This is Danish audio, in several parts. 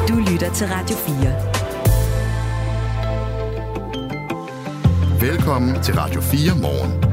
Du lytter til Radio 4. Velkommen til Radio 4 morgen.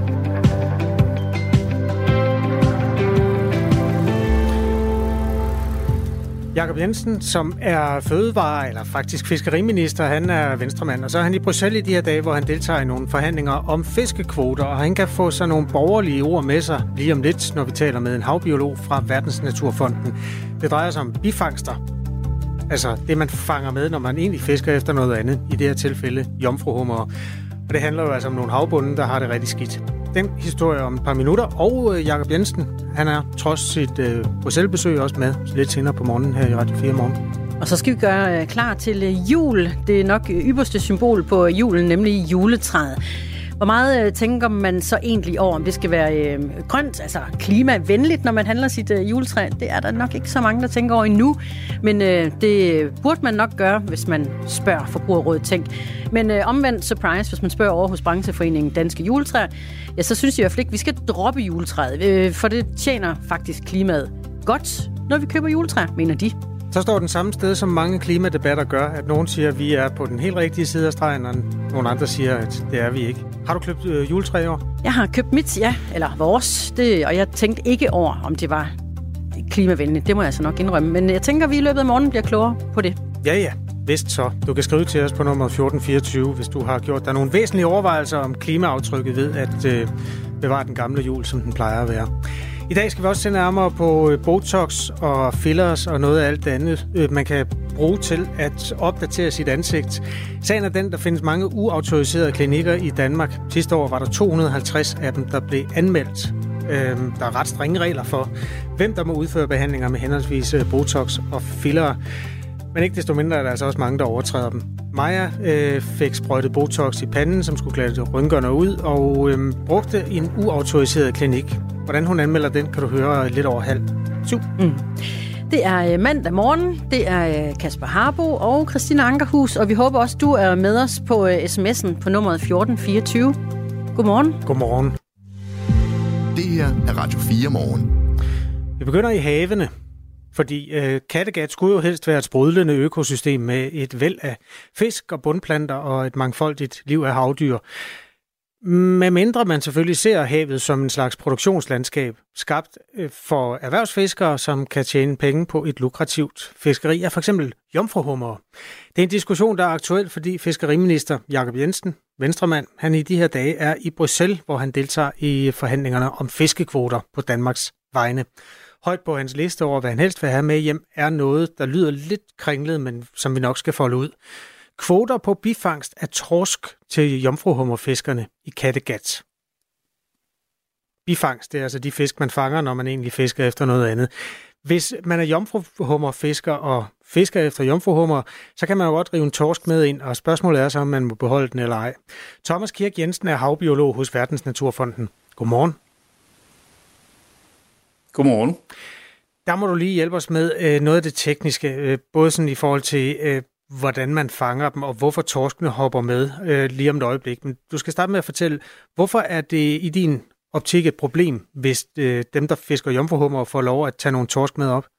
Jakob Jensen, som er fødevare- eller faktisk fiskeriminister, han er venstremand, og så er han i Bruxelles i de her dage, hvor han deltager i nogle forhandlinger om fiskekvoter, og han kan få sig nogle borgerlige ord med sig lige om lidt, når vi taler med en havbiolog fra Verdensnaturfonden. Det drejer sig om bifangster, altså det, man fanger med, når man egentlig fisker efter noget andet, i det her tilfælde jomfruhummer. Og det handler jo altså om nogle havbunde, der har det rigtig skidt. Den historie om et par minutter, og Jakob Jensen, han er trods sit Bruxelles-besøg også med lidt senere på morgenen her i Radio 4 morgen. Og så skal vi gøre klar til jul. Det er nok ypperste symbol på julen, nemlig juletræet. Hvor meget tænker man så egentlig over, om det skal være grønt, altså klimavenligt, når man handler sit juletræ? Det er der nok ikke så mange, der tænker over endnu, men det burde man nok gøre, hvis man spørger Forbrugerrådet Tænk. Men omvendt surprise, hvis man spørger over hos brancheforeningen Danske Juletræer, ja, så synes jeg i hvert fald ikke, vi skal droppe juletræet, for det tjener faktisk klimaet godt, når vi køber juletræ, mener de. Så står den samme sted, som mange klimadebatter gør, at nogen siger, at vi er på den helt rigtige side af stregen, og nogle andre siger, at det er vi ikke. Har du købt juletræ i år? Jeg har købt mit, ja, eller vores, og jeg tænkte ikke over, om det var klimavenligt. Det må jeg så nok indrømme, men jeg tænker, at vi i løbet af morgenen bliver klogere på det. Ja, vist så. Du kan skrive til os på nummer 1424, hvis du har gjort dig nogle væsentlige overvejelser om klimaaftrykket ved at bevare den gamle jul, som den plejer at være. I dag skal vi også se nærmere på Botox og fillers og noget af alt det andet, man kan bruge til at opdatere sit ansigt. Sagen er den, der findes mange uautoriserede klinikker i Danmark. Sidste år var der 250 af dem, der blev anmeldt. Der er ret strenge regler for, hvem der må udføre behandlinger med henholdsvis Botox og filler. Men ikke desto mindre er der altså også mange, der overtræder dem. Maja fik sprøjtet Botox i panden, som skulle glæde rynkerne ud, og brugte en uautoriseret klinik. Hvordan hun anmelder den, kan du høre lidt over 6:30. Det er mandag morgen. Det er Kasper Harbo og Christina Ankerhus, og vi håber også, du er med os på sms'en på nummeret 1424. Godmorgen. Godmorgen. Det her er Radio 4 morgen. Vi begynder i havene, fordi Kattegat skulle jo helst være et sprudlende økosystem med et væld af fisk og bundplanter og et mangfoldigt liv af havdyr. Med mindre man selvfølgelig ser havet som en slags produktionslandskab, skabt for erhvervsfiskere, som kan tjene penge på et lukrativt fiskeri af for eksempel jomfruhummer. Det er en diskussion, der er aktuel, fordi fiskeriminister Jakob Jensen, venstremand, han i de her dage er i Bruxelles, hvor han deltager i forhandlingerne om fiskekvoter på Danmarks vegne. Højt på hans liste over, hvad han helst vil have med hjem, er noget, der lyder lidt kringlet, men som vi nok skal folde ud. Kvoter på bifangst af torsk til jomfruhummerfiskerne i Kattegat. Bifangst, det er altså de fisk, man fanger, når man egentlig fisker efter noget andet. Hvis man er jomfruhummerfisker og fisker efter jomfruhummer, så kan man jo godt rive en torsk med ind, og spørgsmålet er så, om man må beholde den eller ej. Thomas Kirk Jensen er havbiolog hos Verdensnaturfonden. Godmorgen. Godmorgen. Der må du lige hjælpe os med noget af det tekniske, både sådan i forhold til hvordan man fanger dem, og hvorfor torskene hopper med lige om et øjeblik. Men du skal starte med at fortælle, hvorfor er det i din optik et problem, hvis dem, der fisker jomfruhummer, får lov at tage nogle torsk med op?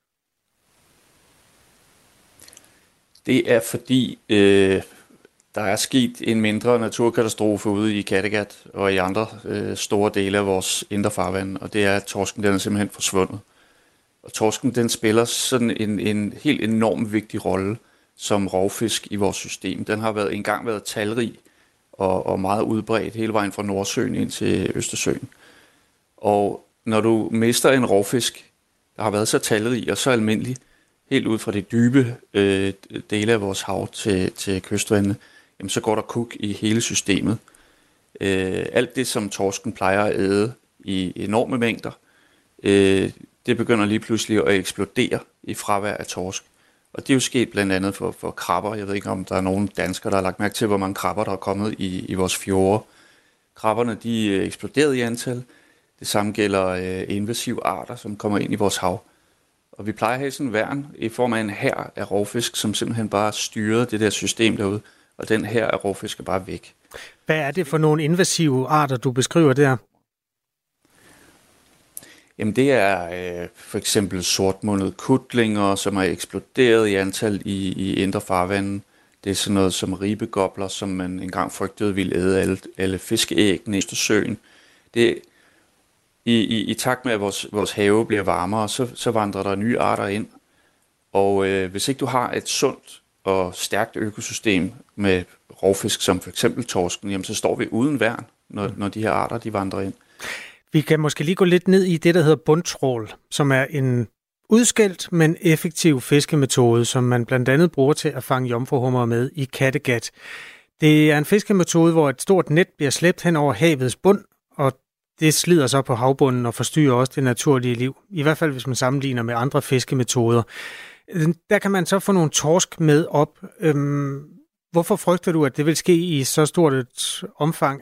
Det er fordi, der er sket en mindre naturkatastrofe ude i Kattegat og i andre store dele af vores indre farvand, og det er, at torsken den er simpelthen forsvundet. Og torsken den spiller sådan en helt enormt vigtig rolle som rovfisk i vores system. Den har engang været talrig og meget udbredt hele vejen fra Nordsøen ind til Østersøen. Og når du mister en rovfisk, der har været så talrig og så almindelig, helt ud fra de dybe dele af vores hav til kystvandene, jamen så går der kuk i hele systemet. Alt det, som torsken plejer at æde i enorme mængder, det begynder lige pludselig at eksplodere i fravær af torsk. Og det er jo sket blandt andet for krabber. Jeg ved ikke, om der er nogen danskere, der har lagt mærke til, hvor mange krabber, der er kommet i vores fjorde. Krabberne, de er eksploderet i antal. Det samme gælder invasive arter, som kommer ind i vores hav. Og vi plejer at have sådan en værn i form af en hær af rovfisk, som simpelthen bare styrer det der system derude. Og den her af rovfisk er bare væk. Hvad er det for nogle invasive arter, du beskriver der? Jamen det er for eksempel sortmundet kutlinger, som er eksploderet i antal i indre farvande. Det er sådan noget som ribegobler, som man engang frygtede ville æde alle fiskeæggene i Østersøen. Det i takt med, at vores have bliver varmere, så vandrer der nye arter ind. Og hvis ikke du har et sundt og stærkt økosystem med rovfisk, som for eksempel torsken, jamen, så står vi uden værn, når de her arter de vandrer ind. Vi kan måske lige gå lidt ned i det, der hedder bundtrål, som er en udskældt, men effektiv fiskemetode, som man blandt andet bruger til at fange jomfruhummer med i Kattegat. Det er en fiskemetode, hvor et stort net bliver slæbt hen over havets bund, og det slider så på havbunden og forstyrrer også det naturlige liv. I hvert fald, hvis man sammenligner med andre fiskemetoder. Der kan man så få nogle torsk med op. Hvorfor frygter du, at det vil ske i så stort et omfang,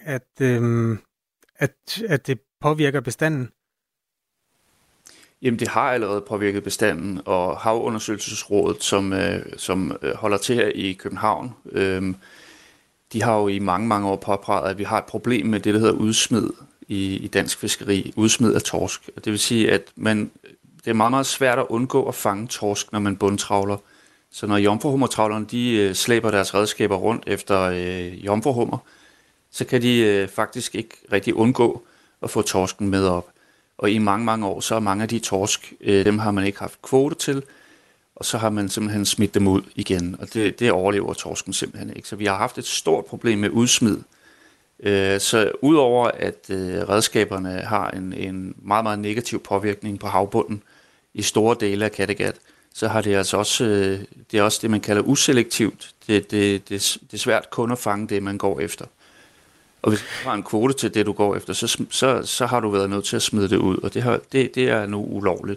at det påvirker bestanden? Jamen, det har allerede påvirket bestanden, og Havundersøgelsesrådet, som holder til her i København, de har jo i mange, mange år påpeget, at vi har et problem med det, der hedder udsmid i dansk fiskeri, udsmid af torsk. Det vil sige, at det er meget, meget svært at undgå at fange torsk, når man bundtravler. Så når jomfruhummertravlerne de slæber deres redskaber rundt efter jomfruhummer, så kan de faktisk ikke rigtig undgå at få torsken med op. Og i mange, mange år, så er mange af de torsk, dem har man ikke haft kvote til, og så har man simpelthen smidt dem ud igen, og det overlever torsken simpelthen ikke. Så vi har haft et stort problem med udsmid. Så udover at redskaberne har en meget, meget negativ påvirkning på havbunden i store dele af Kattegat, så har det altså også det er også det, man kalder uselektivt. Det er svært kun at fange det, man går efter. Og hvis du har en kvote til det, du går efter, så har du været nødt til at smide det ud, og det er nu ulovligt.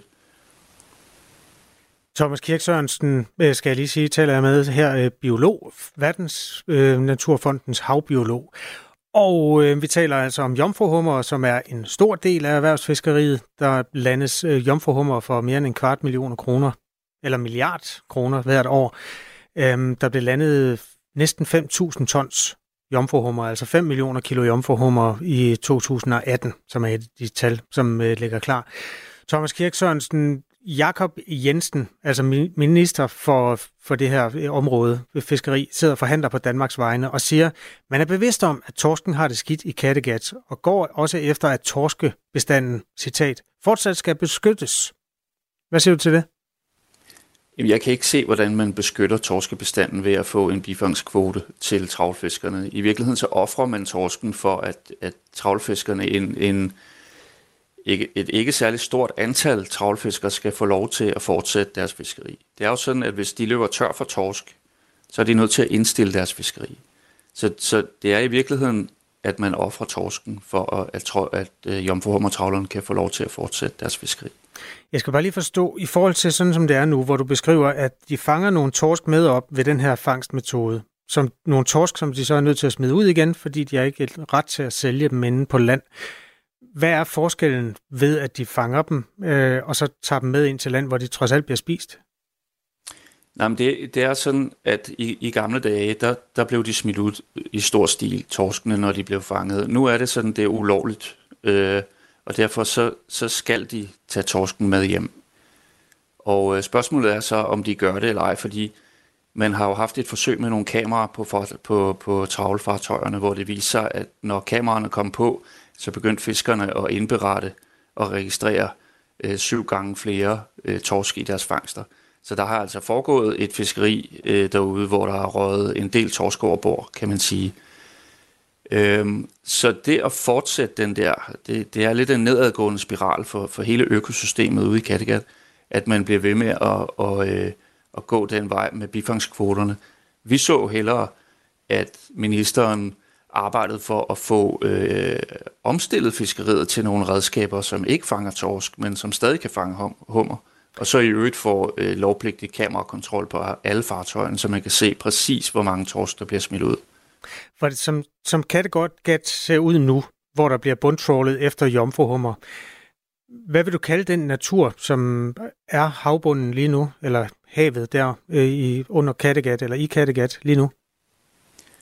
Thomas Kirk Sørensen, skal jeg lige sige, taler jeg med her, biolog, Verdensnaturfondens havbiolog. Og vi taler altså om jomfruhummer, som er en stor del af erhvervsfiskeriet. Der landes jomfruhummer for mere end 250 000 kroner, eller milliard kroner hvert år. Der blev landet næsten 5.000 tons jomfruhummer, altså 5 millioner kilo jomfruhummer i 2018, som er et af de tal, som ligger klar. Thomas Kirk Sørensen, Jakob Jensen, altså minister for det her område ved fiskeri, sidder og forhandler på Danmarks vegne og siger, man er bevidst om, at torsken har det skidt i Kattegat, og går også efter, at torskebestanden, citat, fortsat skal beskyttes. Hvad siger du til det? Jamen, jeg kan ikke se, hvordan man beskytter torskebestanden ved at få en bifangskvote til trawlfiskerne. I virkeligheden så offrer man torsken for, at trawlfiskerne et ikke særlig stort antal trawlfiskere skal få lov til at fortsætte deres fiskeri. Det er jo sådan, at hvis de løber tør for torsk, så er de nødt til at indstille deres fiskeri. Så det er i virkeligheden, at man offrer torsken for, at jomfruhummertrawlerne kan få lov til at fortsætte deres fiskeri. Jeg skal bare lige forstå, i forhold til sådan som det er nu, hvor du beskriver, at de fanger nogle torsk med op ved den her fangstmetode, som nogle torsk, som de så er nødt til at smide ud igen, fordi de har ikke ret til at sælge dem inde på land. Hvad er forskellen ved, at de fanger dem, og så tager dem med ind til land, hvor de trods alt bliver spist? Nej, men det er sådan, at i gamle dage, der blev de smidt ud i stor stil, torskene, når de blev fanget. Nu er det sådan, det er ulovligt, og derfor så skal de tage torsken med hjem. Og spørgsmålet er så, om de gør det eller ej, fordi man har jo haft et forsøg med nogle kameraer på trawlfartøjerne, hvor det viser sig, at når kameraerne kom på, så begyndte fiskerne at indberette og registrere 7 gange flere torsk i deres fangster. Så der har altså foregået et fiskeri derude, hvor der har røget en del torsk over bord, kan man sige. Så det at fortsætte den der, det er lidt en nedadgående spiral for hele økosystemet ude i Kattegat, at man bliver ved med at gå den vej med bifangskvoterne. Vi så hellere, at ministeren arbejdede for at få omstillet fiskeriet til nogle redskaber, som ikke fanger torsk, men som stadig kan fange hummer. Og så i øvrigt får lovpligtig kamerakontrol på alle fartøjerne, så man kan se præcis, hvor mange torsk, der bliver smidt ud. For som Kattegat ser ud nu, hvor der bliver bundtrawlet efter jomfruhummer, hvad vil du kalde den natur, som er havbunden lige nu, eller havet der under Kattegat, eller i Kattegat lige nu?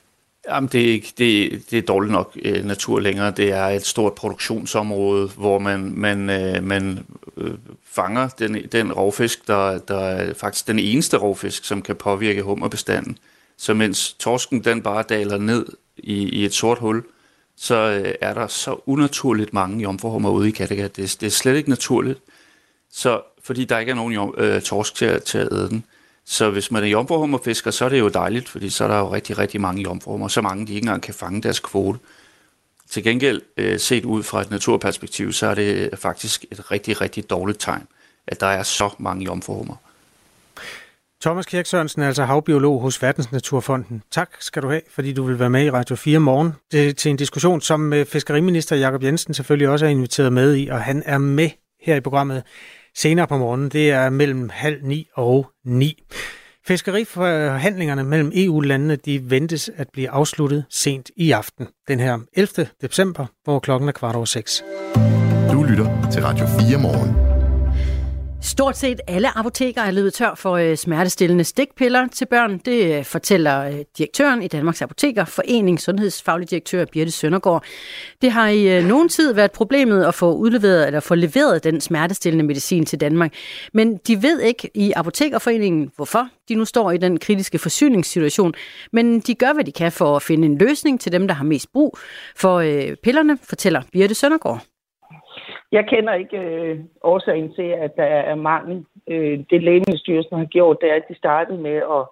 Jamen, det er dårligt nok natur længere. Det er et stort produktionsområde, hvor man fanger den rovfisk, der er faktisk den eneste rovfisk, som kan påvirke hummerbestanden. Så mens torsken den bare daler ned i et sort hul, så er der så unaturligt mange jomfruhummer ude i Kattegat. Det er slet ikke naturligt, så, fordi der ikke er nogen torsk til at æde den. Så hvis man er jomfruhummerfisker, så er det jo dejligt, fordi så er der jo rigtig, rigtig mange jomfruhummer. Så mange, de ikke engang kan fange deres kvote. Til gengæld, set ud fra et naturperspektiv, så er det faktisk et rigtig, rigtig dårligt tegn, at der er så mange jomfruhummer. Thomas Kirk Sørensen er altså havbiolog hos Verdensnaturfonden. Tak skal du have, fordi du vil være med i Radio 4 morgen til en diskussion, som fiskeriminister Jakob Jensen selvfølgelig også er inviteret med i, og han er med her i programmet senere på morgenen. Det er mellem 8:30 og 9. Fiskeriforhandlingerne mellem EU-landene, de ventes at blive afsluttet sent i aften, den her 11. december, hvor klokken er 5:15. Du lytter til Radio 4 morgen. Stort set alle apoteker er løbet tør for smertestillende stikpiller til børn. Det fortæller direktøren i Danmarks Apoteker, Forening Sundhedsfaglig direktør Birte Søndergaard. Det har i nogen tid været problemet at få udleveret eller få leveret den smertestillende medicin til Danmark. Men de ved ikke i Apotekerforeningen, hvorfor de nu står i den kritiske forsyningssituation. Men de gør, hvad de kan for at finde en løsning til dem, der har mest brug for pillerne, fortæller Birte Søndergaard. Jeg kender ikke årsagen til, at der er mangel. Det Lægemiddelstyrelsen har gjort, det er, at de startede med at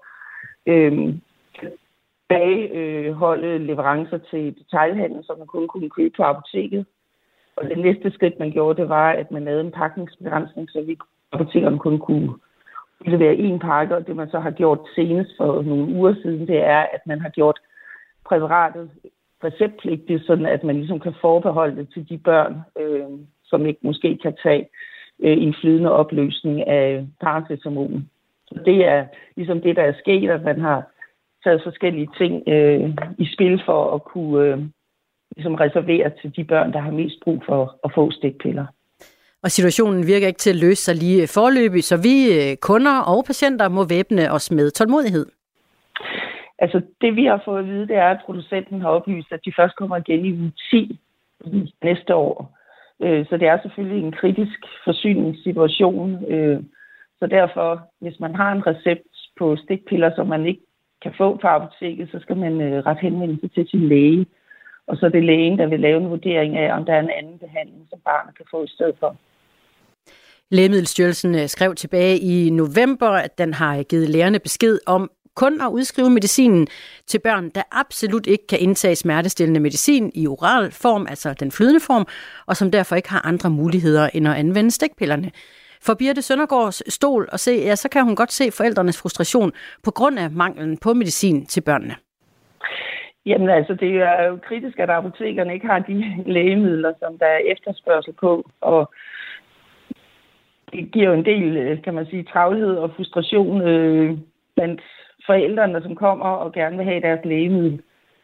holde leverancer til detailhandel, som man kun kunne købe på apoteket. Og det næste skridt, man gjorde, det var, at man lavede en pakningsbegrænsning, så vi apotekerne kun kunne levere en pakke. Og det man så har gjort senest for nogle uger siden, det er, at man har gjort præparatet receptpligtigt, sådan at man ligesom kan forbeholde det til de børn, som ikke måske kan tage en flydende opløsning af paracetamol. Så det er ligesom det, der er sket, at man har taget forskellige ting i spil for at kunne ligesom reservere til de børn, der har mest brug for at få stikpiller. Og situationen virker ikke til at løse sig lige foreløbig, så vi kunder og patienter må væbne os med tålmodighed. Altså det, vi har fået at vide, det er, at producenten har oplyst, at de først kommer igen i uge 10 næste år. Så det er selvfølgelig en kritisk forsyningssituation. Så derfor, hvis man har en recept på stikpiller, som man ikke kan få på apoteket, så skal man rette henvendelse til sin læge. Og så er det lægen, der vil lave en vurdering af, om der er en anden behandling, som barnet kan få i stedet for. Lægemiddelstyrelsen skrev tilbage i november, at den har givet lægerne besked om kun at udskrive medicinen til børn, der absolut ikke kan indtage smertestillende medicin i oral form, altså den flydende form, og som derfor ikke har andre muligheder end at anvende stikpillerne. For Birte Søndergaards stol at se, ja, så kan hun godt se forældrenes frustration på grund af manglen på medicin til børnene. Jamen altså, det er jo kritisk, at apotekerne ikke har de lægemidler, som der er efterspørgsel på, og det giver jo en del, kan man sige, travlhed og frustration blandt forældrene, som kommer og gerne vil have deres lægemiddel.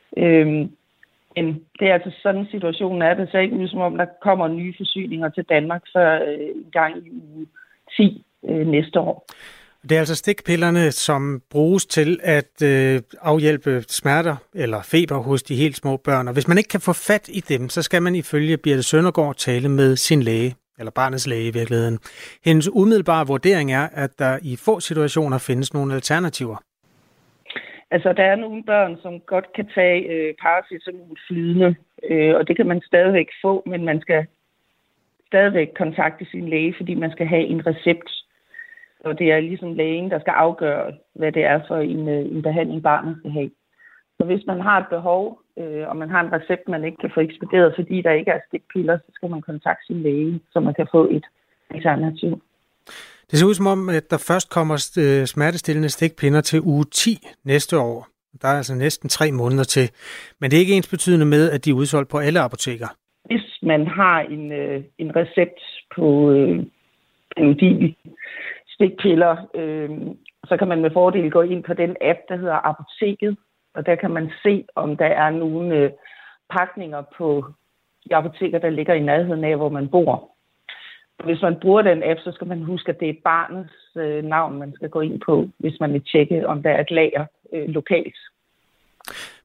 Men det er altså sådan en situation, er det så ikke ud, som om der kommer nye forsyninger til Danmark før en gang i uge 10 næste år. Det er altså stikpillerne, som bruges til at afhjælpe smerter eller feber hos de helt små børn. Og hvis man ikke kan få fat i dem, så skal man ifølge Birte Søndergaard tale med sin læge, eller barnets læge i virkeligheden. Hendes umiddelbare vurdering er, at der i få situationer findes nogle alternativer. Altså, der er nogle børn, som godt kan tage paracetamol flydende, og det kan man stadigvæk få, men man skal stadigvæk kontakte sin læge, fordi man skal have en recept. Og det er ligesom lægen, der skal afgøre, hvad det er for en behandling, barnet skal have. Så hvis man har et behov, og man har en recept, man ikke kan få ekspederet, fordi der ikke er stikpiller, så skal man kontakte sin læge, så man kan få et alternativ. Det ser ud som om, at der først kommer smertestillende stikpiller til uge 10 næste år. Der er altså næsten 3 måneder til. Men det er ikke ensbetydende med, at de er udsolgt på alle apoteker. Hvis man har en recept på Panodil stikpiller, så kan man med fordel gå ind på den app, der hedder Apoteket. Og der kan man se, om der er nogle pakninger på de apoteker, der ligger i nærheden af, hvor man bor. Hvis man bruger den app, så skal man huske, at det er barnets navn, man skal gå ind på, hvis man vil tjekke, om der er et lager lokalt.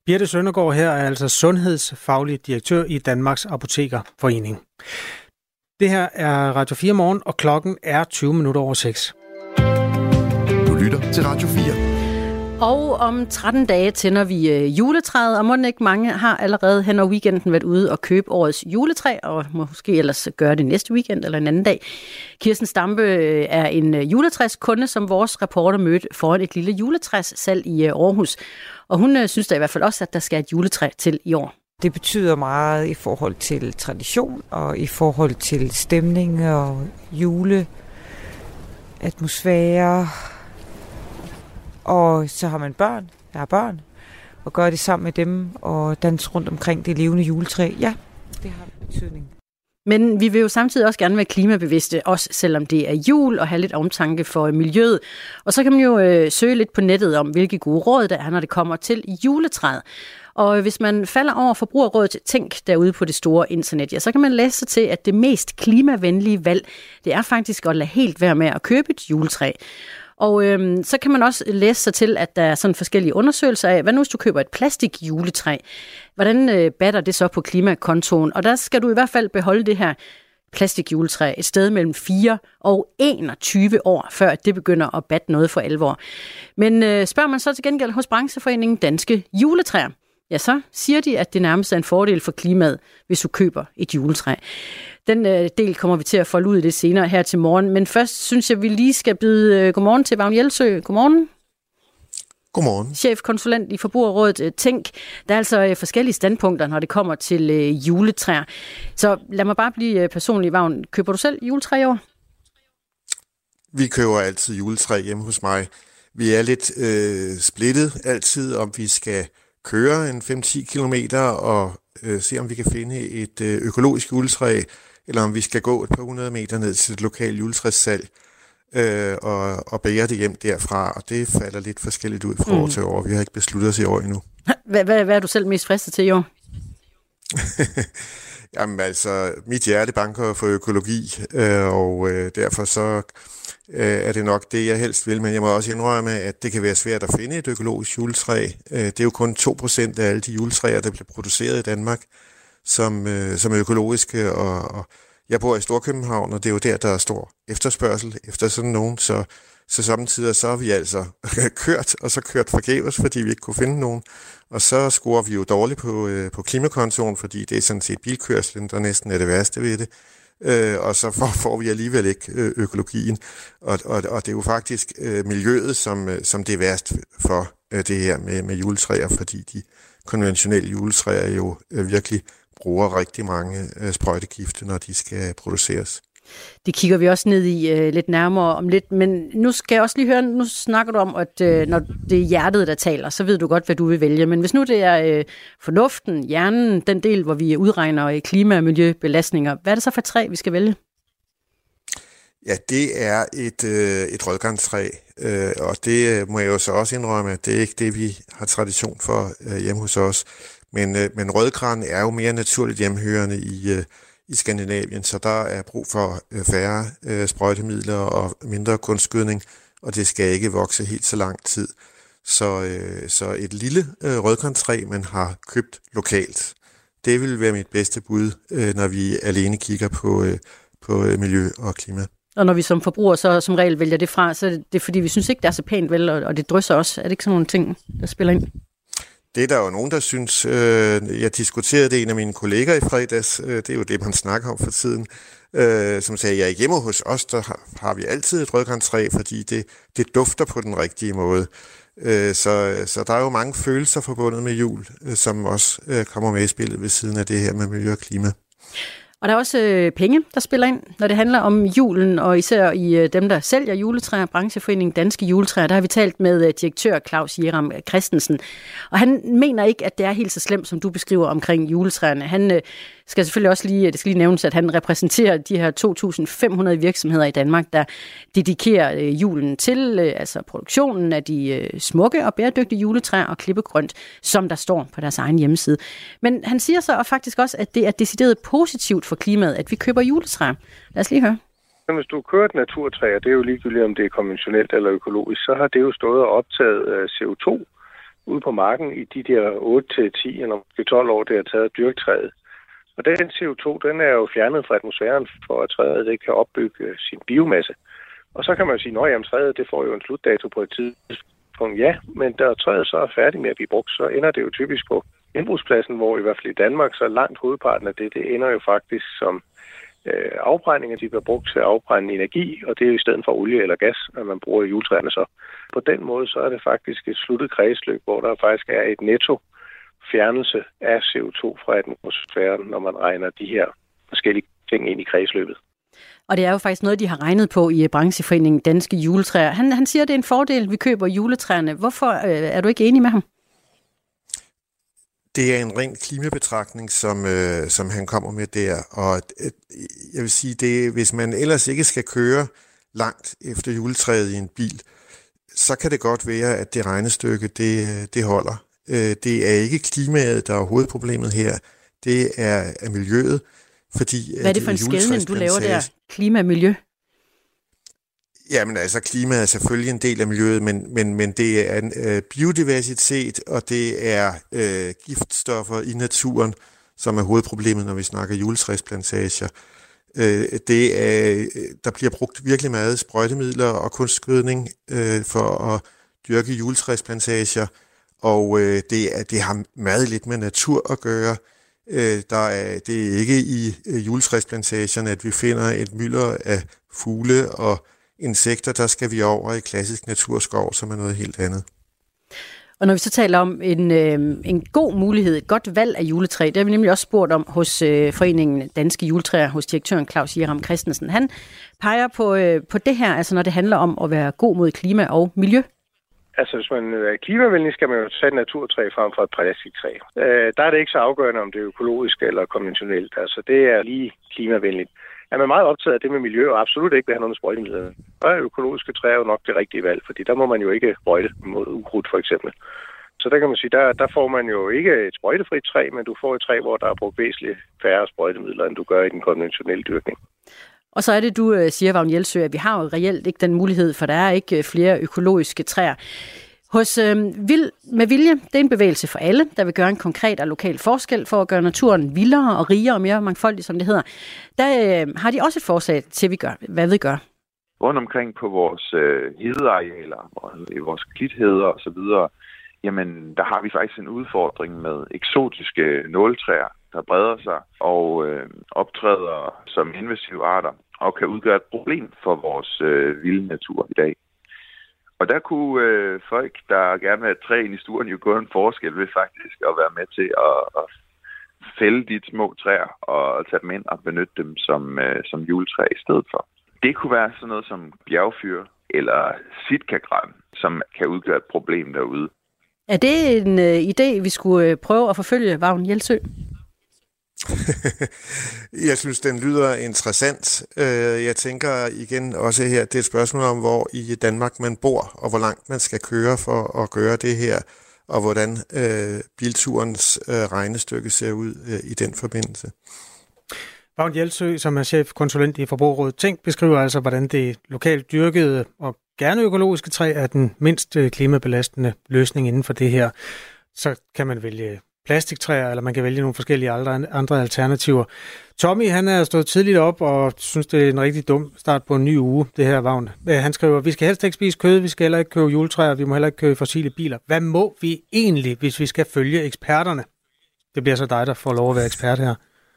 Birte Søndergaard her er altså sundhedsfaglig direktør i Danmarks Apotekerforening. Det her er Radio 4 Morgen, og klokken er 20 minutter over 6. Du lytter til Radio 4. Og om 13 dage tænder vi juletræet, og må ikke mange har allerede hen over weekenden været ude og købe årets juletræ, og måske ellers gøre det næste weekend eller en anden dag. Kirsten Stampe er en juletræskunde, som vores reporter mødte foran et lille juletræssalg i Aarhus. Og hun synes da i hvert fald også, at der skal et juletræ til i år. Det betyder meget i forhold til tradition og i forhold til stemning og juleatmosfære. Og så har man børn, jeg har børn, og gør det sammen med dem og danse rundt omkring det levende juletræ. Ja, det har betydning. Men vi vil jo samtidig også gerne være klimabevidste, også selvom det er jul, og have lidt omtanke for miljøet. Og så kan man jo søge lidt på nettet om, hvilke gode råd der er, når det kommer til juletræet. Og hvis man falder over Forbrugerrådet Tænk derude på det store internet, ja, så kan man læse sig til, at det mest klimavenlige valg, det er faktisk at lade helt være med at købe et juletræ. Og så kan man også læse sig til, at der er sådan forskellige undersøgelser af, hvad nu hvis du køber et plastikjuletræ? Hvordan batter det så på klimakontoen? Og der skal du i hvert fald beholde det her plastikjuletræ et sted mellem 4 og 21 år, før det begynder at batte noget for alvor. Men spørger man så til gengæld hos brancheforeningen Danske Juletræer, ja, så siger de, at det nærmest er en fordel for klimaet, hvis du køber et juletræ. Den del kommer vi til at folde ud i det senere her til morgen. Men først synes jeg, vi lige skal byde godmorgen til Vagn Jelsø. Godmorgen. Godmorgen. Chefkonsulent i Forbrugerrådet Tænk. Der er altså forskellige standpunkter, når det kommer til juletræer. Så lad mig bare blive personlig, Vagn. Køber du selv juletræ i år? Vi køber altid juletræ hjemme hos mig. Vi er lidt splittet altid, om vi skal køre en 5-10 kilometer og se, om vi kan finde et økologisk juletræ, eller om vi skal gå et par 100 meter ned til et lokalt juletræssalg og bære det hjem derfra. Og det falder lidt forskelligt ud fra år til år. Vi har ikke besluttet os i år endnu. Hvad er du selv mest fristet til i år? Jamen altså, mit hjerte banker for økologi, og derfor så er det nok det, jeg helst vil. Men jeg må også indrømme, at det kan være svært at finde et økologisk juletræ. Det er jo kun 2% af alle de juletræer, der bliver produceret i Danmark, som er økologiske. Og jeg bor i Storkøbenhavn, og det er jo der er stor efterspørgsel efter sådan nogen. Så samtidig så har vi altså kørt forgæves, fordi vi ikke kunne finde nogen. Og så scorer vi jo dårligt på klimakontoen, fordi det er sådan set bilkørslen, der næsten er det værste ved det. Og så får vi alligevel ikke økologien. Og det er jo faktisk miljøet, som det er værst for det her med juletræer, fordi de konventionelle juletræer jo virkelig bruger rigtig mange sprøjtegifte, når de skal produceres. Det kigger vi også ned i lidt nærmere om lidt, men nu skal jeg også lige høre, nu snakker du om, at når det er hjertet, der taler, så ved du godt, hvad du vil vælge. Men hvis nu det er fornuften, hjernen, den del, hvor vi udregner klima- og miljøbelastninger, hvad er det så for træ, vi skal vælge? Ja, det er et rødgranstræ, og det må jeg jo så også indrømme, at det er ikke det, vi har tradition for hjemme hos os. Men rødgran er jo mere naturligt hjemhørende i Skandinavien, så der er brug for færre sprøjtemidler og mindre kunstgødning, og det skal ikke vokse helt så lang tid. Så et lille rødgrantræ, man har købt lokalt, det vil være mit bedste bud, når vi alene kigger på miljø og klima. Og når vi som forbrugere så som regel vælger det fra, så er det fordi, vi synes ikke, det er så pænt vel, og det drysser også. Er det ikke sådan nogle ting, der spiller ind? Det er der jo nogen, der synes. Jeg diskuterede det en af mine kolleger i fredags. Det er jo det, man snakker om for tiden. Som sagde, ja, hjemme hos os, der har vi altid et rødgrantræ, fordi det dufter på den rigtige måde. Så der er jo mange følelser forbundet med jul, som også kommer med i spillet ved siden af det her med miljø og klima. Og der er også penge, der spiller ind, når det handler om julen, og især i dem, der sælger juletræer, brancheforeningen Danske Juletræer. Der har vi talt med direktør Claus Jeram Christensen. Og han mener ikke, at det er helt så slemt, som du beskriver omkring juletræerne. Han skal selvfølgelig også lige nævnes, at han repræsenterer de her 2.500 virksomheder i Danmark, der dedikerer julen til altså produktionen af de smukke og bæredygtige juletræer og klippegrønt, som der står på deres egen hjemmeside. Men han siger så faktisk også, at det er decideret positivt for klimaet, at vi køber juletræer. Lad os lige høre. Hvis du kører et naturtræ, og det er jo ligegyldigt, om det er konventionelt eller økologisk, så har det jo stået og optaget CO2 ude på marken i de der 8-10 eller 12 år, det har taget at dyrke træet. Og den CO2, den er jo fjernet fra atmosfæren, for at træet det kan opbygge sin biomasse. Og så kan man jo sige, at træet det får jo en slutdato på et tidspunkt. Ja, men da træet så er færdig med at blive brugt, så ender det jo typisk på genbrugspladsen, hvor i hvert fald i Danmark, så langt hovedparten af det ender jo faktisk som afbrændinger, de bliver brugt til at afbrænde energi, og det er jo i stedet for olie eller gas, at man bruger juletræerne så. På den måde, så er det faktisk et sluttet kredsløb, hvor der faktisk er et netto fjernelse af CO2 fra atmosfæren, når man regner de her forskellige ting ind i kredsløbet. Og det er jo faktisk noget, de har regnet på i brancheforeningen Danske Juletræer. Han siger, at det er en fordel, vi køber juletræerne. Hvorfor er du ikke enig med ham? Det er en ren klimabetragtning, som han kommer med der. Og jeg vil sige, det, hvis man ellers ikke skal køre langt efter juletræet i en bil, så kan det godt være, at det regnestykke, det holder. Det er ikke klimaet, der er hovedproblemet her. Det er miljøet. Fordi, hvad er det for en skelnen, du laver der? Klima og miljø? Jamen altså, klimaet er selvfølgelig en del af miljøet, men det er biodiversitet, og det er giftstoffer i naturen, som er hovedproblemet, når vi snakker juletræsplantager. Der bliver brugt virkelig meget sprøjtemidler og kunstgødning for at dyrke juletræsplantager, og det har meget lidt med natur at gøre. Det er ikke i juletræsplantagerne, at vi finder et mylder af fugle og insekter. Der skal vi over i klassisk naturskov, som er noget helt andet. Og når vi så taler om en god mulighed, et godt valg af juletræ, det har vi nemlig også spurgt om hos foreningen Danske Juletræer, hos direktøren Claus Jeram Christensen. Han peger på det her, altså når det handler om at være god mod klima og miljø. Altså, hvis man er klimavenlig, skal man jo sætte naturtræ frem for et plastiktræ. Der er det ikke så afgørende, om det er økologisk eller konventionelt. Altså, det er lige klimavenligt. Er man meget optaget af det med miljø, og absolut ikke vil have noget med sprøjtemidler, så er økologiske træer jo nok det rigtige valg, fordi der må man jo ikke sprøjte mod ukrudt, for eksempel. Så der kan man sige, der får man jo ikke et sprøjtefrit træ, men du får et træ, hvor der er brugt væsentligt færre sprøjtemidler, end du gør i den konventionelle dyrkning. Og så er det, du siger, Vagn Jelsø, at vi har jo reelt ikke den mulighed, for der er ikke flere økologiske træer. Hos Med Vilje, det er en bevægelse for alle, der vil gøre en konkret og lokal forskel for at gøre naturen vildere og rigere og mere mangfoldig, som det hedder. Der har de også et forslag til, hvad vi gør. Rundt omkring på vores hedearealer, i vores klitheder og så videre, jamen der har vi faktisk en udfordring med eksotiske nåletræer, der breder sig og optræder som invasive arter og kan udgøre et problem for vores vilde natur i dag. Og der kunne folk, der gerne vil have træ ind i stuen, jo gøre en forskel ved faktisk at være med til at fælde de små træer og tage dem ind og benytte dem som juletræ i stedet for. Det kunne være sådan noget som bjergfyr eller sitkagran, som kan udgøre et problem derude. Er det en idé, vi skulle prøve at forfølge, Vagn Jelsø? Jeg synes, den lyder interessant. Jeg tænker igen også her, det er et spørgsmål om, hvor i Danmark man bor, og hvor langt man skal køre for at gøre det her, og hvordan bilturens regnestykke ser ud i den forbindelse. Vagn Jelsø, som er chefkonsulent i Forbrugerrådet Tænk, beskriver altså, hvordan det lokalt dyrkede og gerne økologiske træ er den mindst klimabelastende løsning inden for det her. Så kan man vælge plastiktræer, eller man kan vælge nogle forskellige andre alternativer. Tommy, han er stået tidligt op og synes, det er en rigtig dum start på en ny uge, det her, Vagn. Han skriver, vi skal helst ikke spise kød, vi skal heller ikke købe juletræer, vi må heller ikke købe fossile biler. Hvad må vi egentlig, hvis vi skal følge eksperterne? Det bliver så dig, der får lov at være ekspert her.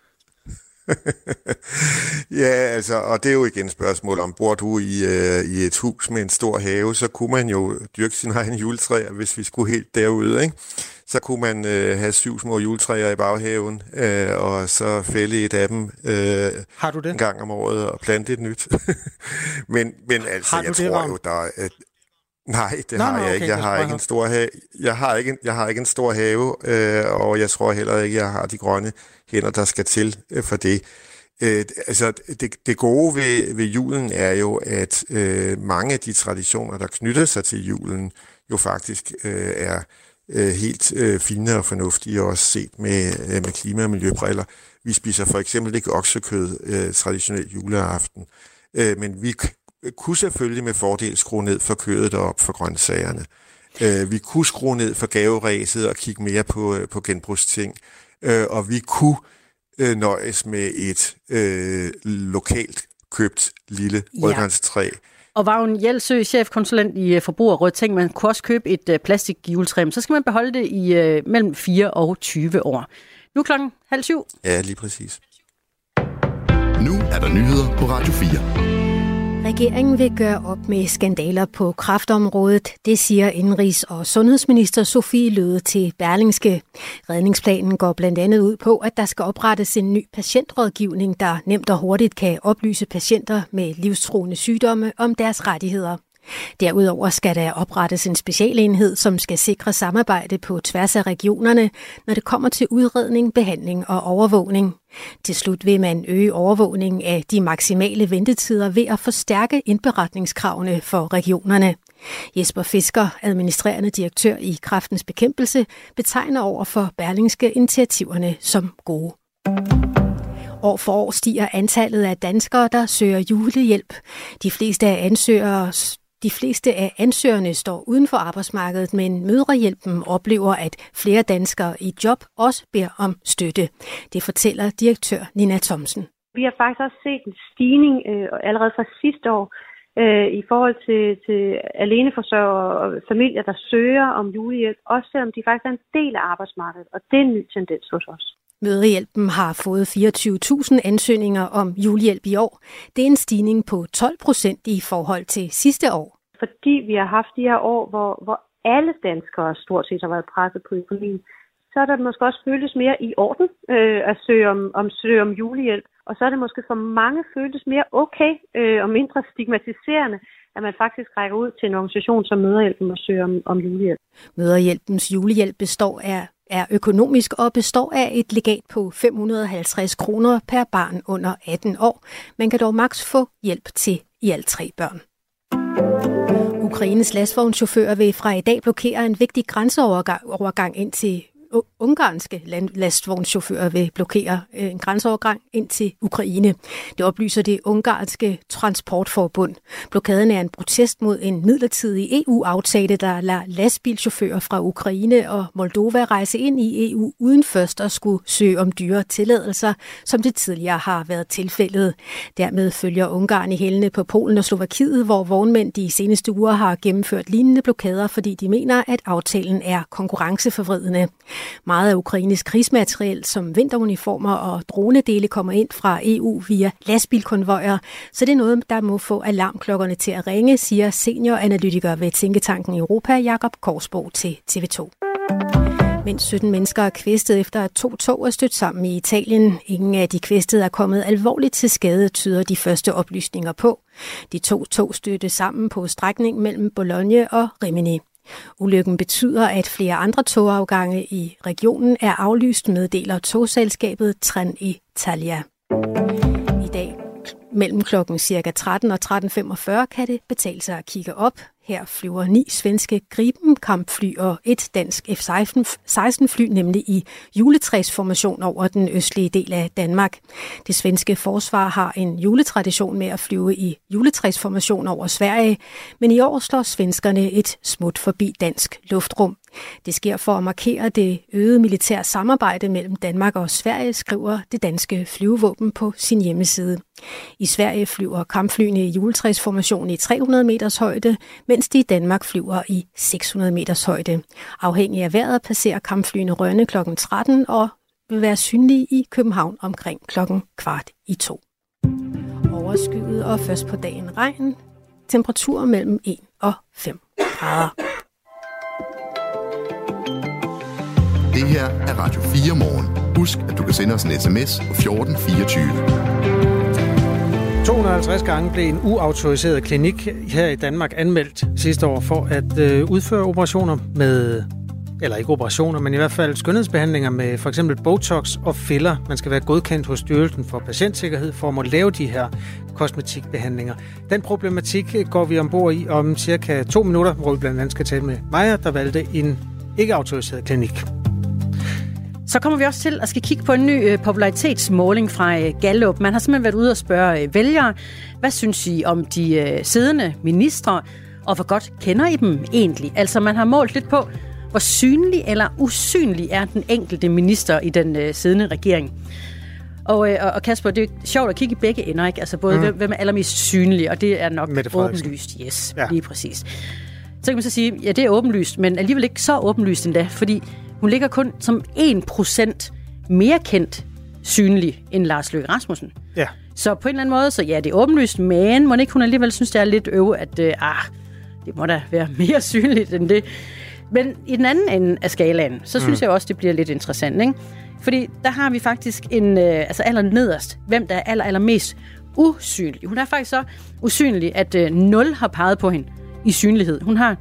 Ja, altså, og det er jo igen et spørgsmål om, bor du i et hus med en stor have, så kunne man jo dyrke sin egen juletræer, hvis vi skulle helt derude, ikke? Så kunne man have 7 små juletræer i baghaven, og så fælde et af dem har du det? En gang om året og plante et nyt. men altså, jeg tror jo, der er... Nej, det har jeg ikke. Okay, jeg har ikke en stor have. Jeg har ikke en stor have, og jeg tror heller ikke, jeg har de grønne hænder, der skal til for det. Altså, det gode ved julen er jo, at mange af de traditioner, der knytter sig til julen, jo faktisk er helt fine og fornuftige, også set med klima- og miljøbriller. Vi spiser for eksempel ikke oksekød traditionelt juleaften, men vi kunne selvfølgelig med fordel skrue ned for kødet og op for grøntsagerne. Vi kunne skrue ned for gaveræset og kigge mere på genbrugsting. Og vi kunne nøjes med et lokalt købt lille rødgranstræ. Og Vagn Jelsø, chefkonsulent i Forbrugerrådet, tænkte, man kunne også købe et plastikjuletræ, men så skal man beholde det i mellem 4 og 20 år. Nu klokken 6:30. Ja, lige præcis. Nu er der nyheder på Radio 4. Regeringen vil gøre op med skandaler på kræftområdet. Det siger indenrigs- og sundhedsminister Sofie Løhde til Berlingske. Redningsplanen går blandt andet ud på, at der skal oprettes en ny patientrådgivning, der nemt og hurtigt kan oplyse patienter med livstruende sygdomme om deres rettigheder. Derudover skal der oprettes en specialenhed, som skal sikre samarbejde på tværs af regionerne, når det kommer til udredning, behandling og overvågning. Til slut vil man øge overvågningen af de maksimale ventetider ved at forstærke indberetningskravene for regionerne. Jesper Fisker, administrerende direktør i Kræftens Bekæmpelse, betegner over for Berlingske initiativerne som gode. År for år stiger antallet af danskere, der søger julehjælp. De fleste af ansøgerne står uden for arbejdsmarkedet, men Mødrehjælpen oplever, at flere danskere i job også beder om støtte. Det fortæller direktør Nina Thomsen. Vi har faktisk også set en stigning allerede fra sidste år i forhold til aleneforsørgere og familier, der søger om julehjælp, også selvom de faktisk er en del af arbejdsmarkedet, og det er en ny tendens hos os. Mødrehjælpen har fået 24.000 ansøgninger om julehjælp i år. Det er en stigning på 12% i forhold til sidste år. Fordi vi har haft de her år, hvor alle danskere stort set har været presset på økonomien, så er der måske også føltes mere i orden at søge om julehjælp. Og så er det måske for mange føltes mere okay og mindre stigmatiserende, at man faktisk rækker ud til en organisation som Mødrehjælpen og søger om julehjælp. Mødrehjælpens julehjælp er økonomisk og består af et legat på 550 kroner per barn under 18 år. Man kan dog maks få hjælp til i alt 3 børn. Ukraines lastvognschauffører vil fra i dag blokere en vigtig grænseovergang ind til ungarske lastvognschauffører vil blokere en grænseovergang ind til Ukraine. Det oplyser det ungarske transportforbund. Blokaden er en protest mod en midlertidig EU-aftale, der lader lastbilchauffører fra Ukraine og Moldova rejse ind i EU uden først at skulle søge om dyre tilladelser, som det tidligere har været tilfældet. Dermed følger Ungarn i hælene på Polen og Slovakiet, hvor vognmænd de seneste uger har gennemført lignende blokader, fordi de mener, at aftalen er konkurrenceforvridende. Meget af Ukraines krigsmateriel som vinteruniformer og dronedele kommer ind fra EU via lastbilkonvojer, så det er noget, der må få alarmklokkerne til at ringe, siger senioranalytiker ved Tænketanken Europa, Jakob Korsborg til TV2. Mindst 17 mennesker er kvæstet efter, at 2 tog er stødt sammen i Italien. Ingen af de kvæstede er kommet alvorligt til skade, tyder de første oplysninger på. De 2 tog stødte sammen på strækningen mellem Bologna og Rimini. Ulykken betyder, at flere andre togafgange i regionen er aflyst, meddeler togselskabet Trenitalia. I dag mellem klokken ca. 13 og 13.45 kan det betale sig at kigge op. Her flyver 9 svenske Gripen-kampfly og 1 dansk F-16-fly, nemlig i juletræsformation over den østlige del af Danmark. Det svenske forsvar har en juletradition med at flyve i juletræsformation over Sverige, men i år slår svenskerne et smut forbi dansk luftrum. Det sker for at markere det øgede militære samarbejde mellem Danmark og Sverige, skriver det danske flyvevåben på sin hjemmeside. I Sverige flyver kampflyene i juletræsformation i 300 meters højde, mens de i Danmark flyver i 600 meters højde. Afhængig af vejret passerer kampflyene Rønne kl. 13 og vil være synlige i København omkring kl. 1:15. Overskyet og først på dagen regn. Temperaturer mellem 1 og 5 grader. Det her er Radio 4 morgen. Husk, at du kan sende os en sms på 1424. 250 gange blev en uautoriseret klinik her i Danmark anmeldt sidste år for at udføre operationer med, eller ikke operationer, men i hvert fald skønhedsbehandlinger med for eksempel Botox og filler. Man skal være godkendt hos Styrelsen for Patientsikkerhed for at må lave de her kosmetikbehandlinger. Den problematik går vi ombord i om cirka 2 minutter, hvor vi blandt andet skal tale med Maja, der valgte en ikke autoriseret klinik. Så kommer vi også til at skal kigge på en ny popularitetsmåling fra Gallup. Man har simpelthen været ude og spørge vælgere, hvad synes I om de siddende ministre? Og hvor godt kender I dem egentlig? Altså, man har målt lidt på, hvor synlig eller usynlig er den enkelte minister i den siddende regering. Og Kasper, det er sjovt at kigge i begge ender, ikke? Altså både hvem er allermest synlig, og det er nok åbenlyst. Yes, ja. Lige præcis. Så kan man så sige, ja, det er åbenlyst, men alligevel ikke så åbenlyst endda, fordi hun ligger kun som 1% mere kendt synlig end Lars Løkke Rasmussen. Ja. Så på en eller anden måde, så ja, det er åbenlyst, men må ikke hun alligevel synes, det er lidt at det må da være mere synligt end det. Men i den anden ende af skalaen, så synes jeg også, det bliver lidt interessant, ikke? Fordi der har vi faktisk allernederst, hvem der er allermest usynlig. Hun er faktisk så usynlig, at 0 har peget på hende i synlighed. Hun har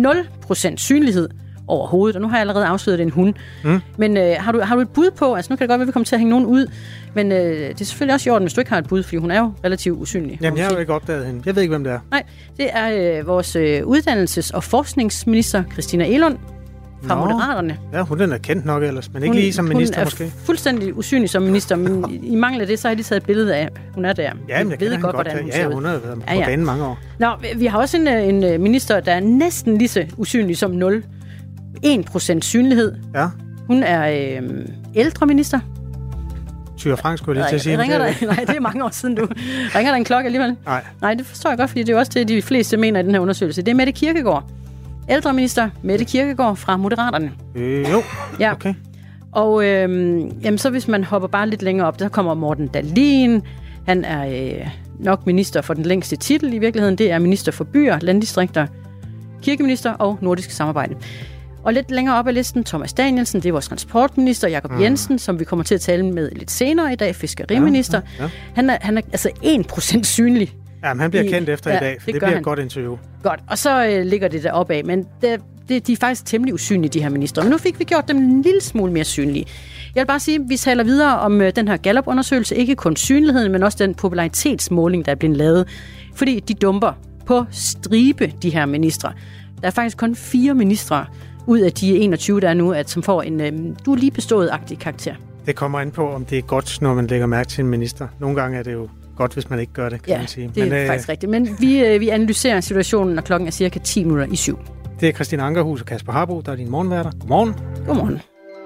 0% synlighed overhovedet, og nu har jeg allerede afsløret, det en hund. Men har du et bud på, altså nu kan det godt være, at vi kommer til at hænge nogen ud, men det er selvfølgelig også i orden, hvis du ikke har et bud, fordi hun er jo relativt usynlig. Jamen, jeg har jo ikke opdaget hende. Jeg ved ikke, hvem det er. Nej, det er vores uddannelses- og forskningsminister, Christina Egelund, fra Moderaterne. Ja, hun er kendt nok ellers, men ikke lige som minister måske. Hun er fuldstændig usynlig som minister, men i mangel af det, så har jeg lige taget et billede af, hun er der. Ja, men jeg ved godt, hvordan hun ser ud. Hun har været på banen mange år. Nå, vi har også en minister, der er næsten lige så usynlig som 0. 1% synlighed. Ja. Hun er ældre minister. Thyra Frank skulle jeg lige til at sige. Nej, det er mange år siden, du ringer der en klokke alligevel. Nej, det forstår jeg godt, fordi det er også det, de fleste mener i den her undersøgelse. Det er Mette Kirkegaard. Ældreminister Mette Kirkegaard fra Moderaterne. Jo, ja. Okay. Og så hvis man hopper bare lidt længere op, der kommer Morten Dahlin. Han er nok minister for den længste titel i virkeligheden. Det er minister for byer, landdistrikter, kirkeminister og nordisk samarbejde. Og lidt længere op ad listen, Thomas Danielsen, det er vores transportminister, Jakob Jensen, som vi kommer til at tale med lidt senere i dag, fiskeriminister. Ja. Han er altså 1% synlig. Ja, men han bliver kendt efter i dag, for det bliver et godt interview. Godt, og så ligger det deroppe af, men de er faktisk temmelig usynlige, de her ministre. Men nu fik vi gjort dem en lille smule mere synlige. Jeg vil bare sige, at vi taler videre om den her Gallup-undersøgelse, ikke kun synligheden, men også den popularitetsmåling, der er blevet lavet, fordi de dumper på stribe, de her ministre. Der er faktisk kun 4 ministre ud af de 21, der er nu, som får en du er lige bestået-agtig karakter. Det kommer an på, om det er godt, når man lægger mærke til en minister. Nogle gange er det jo godt, hvis man ikke gør det, kan man sige. Det er faktisk rigtigt. Men vi analyserer situationen, når klokken er cirka 7:10. Det er Christine Ankerhus og Kasper Harbo, der er dine morgenværter. Godmorgen. Godmorgen.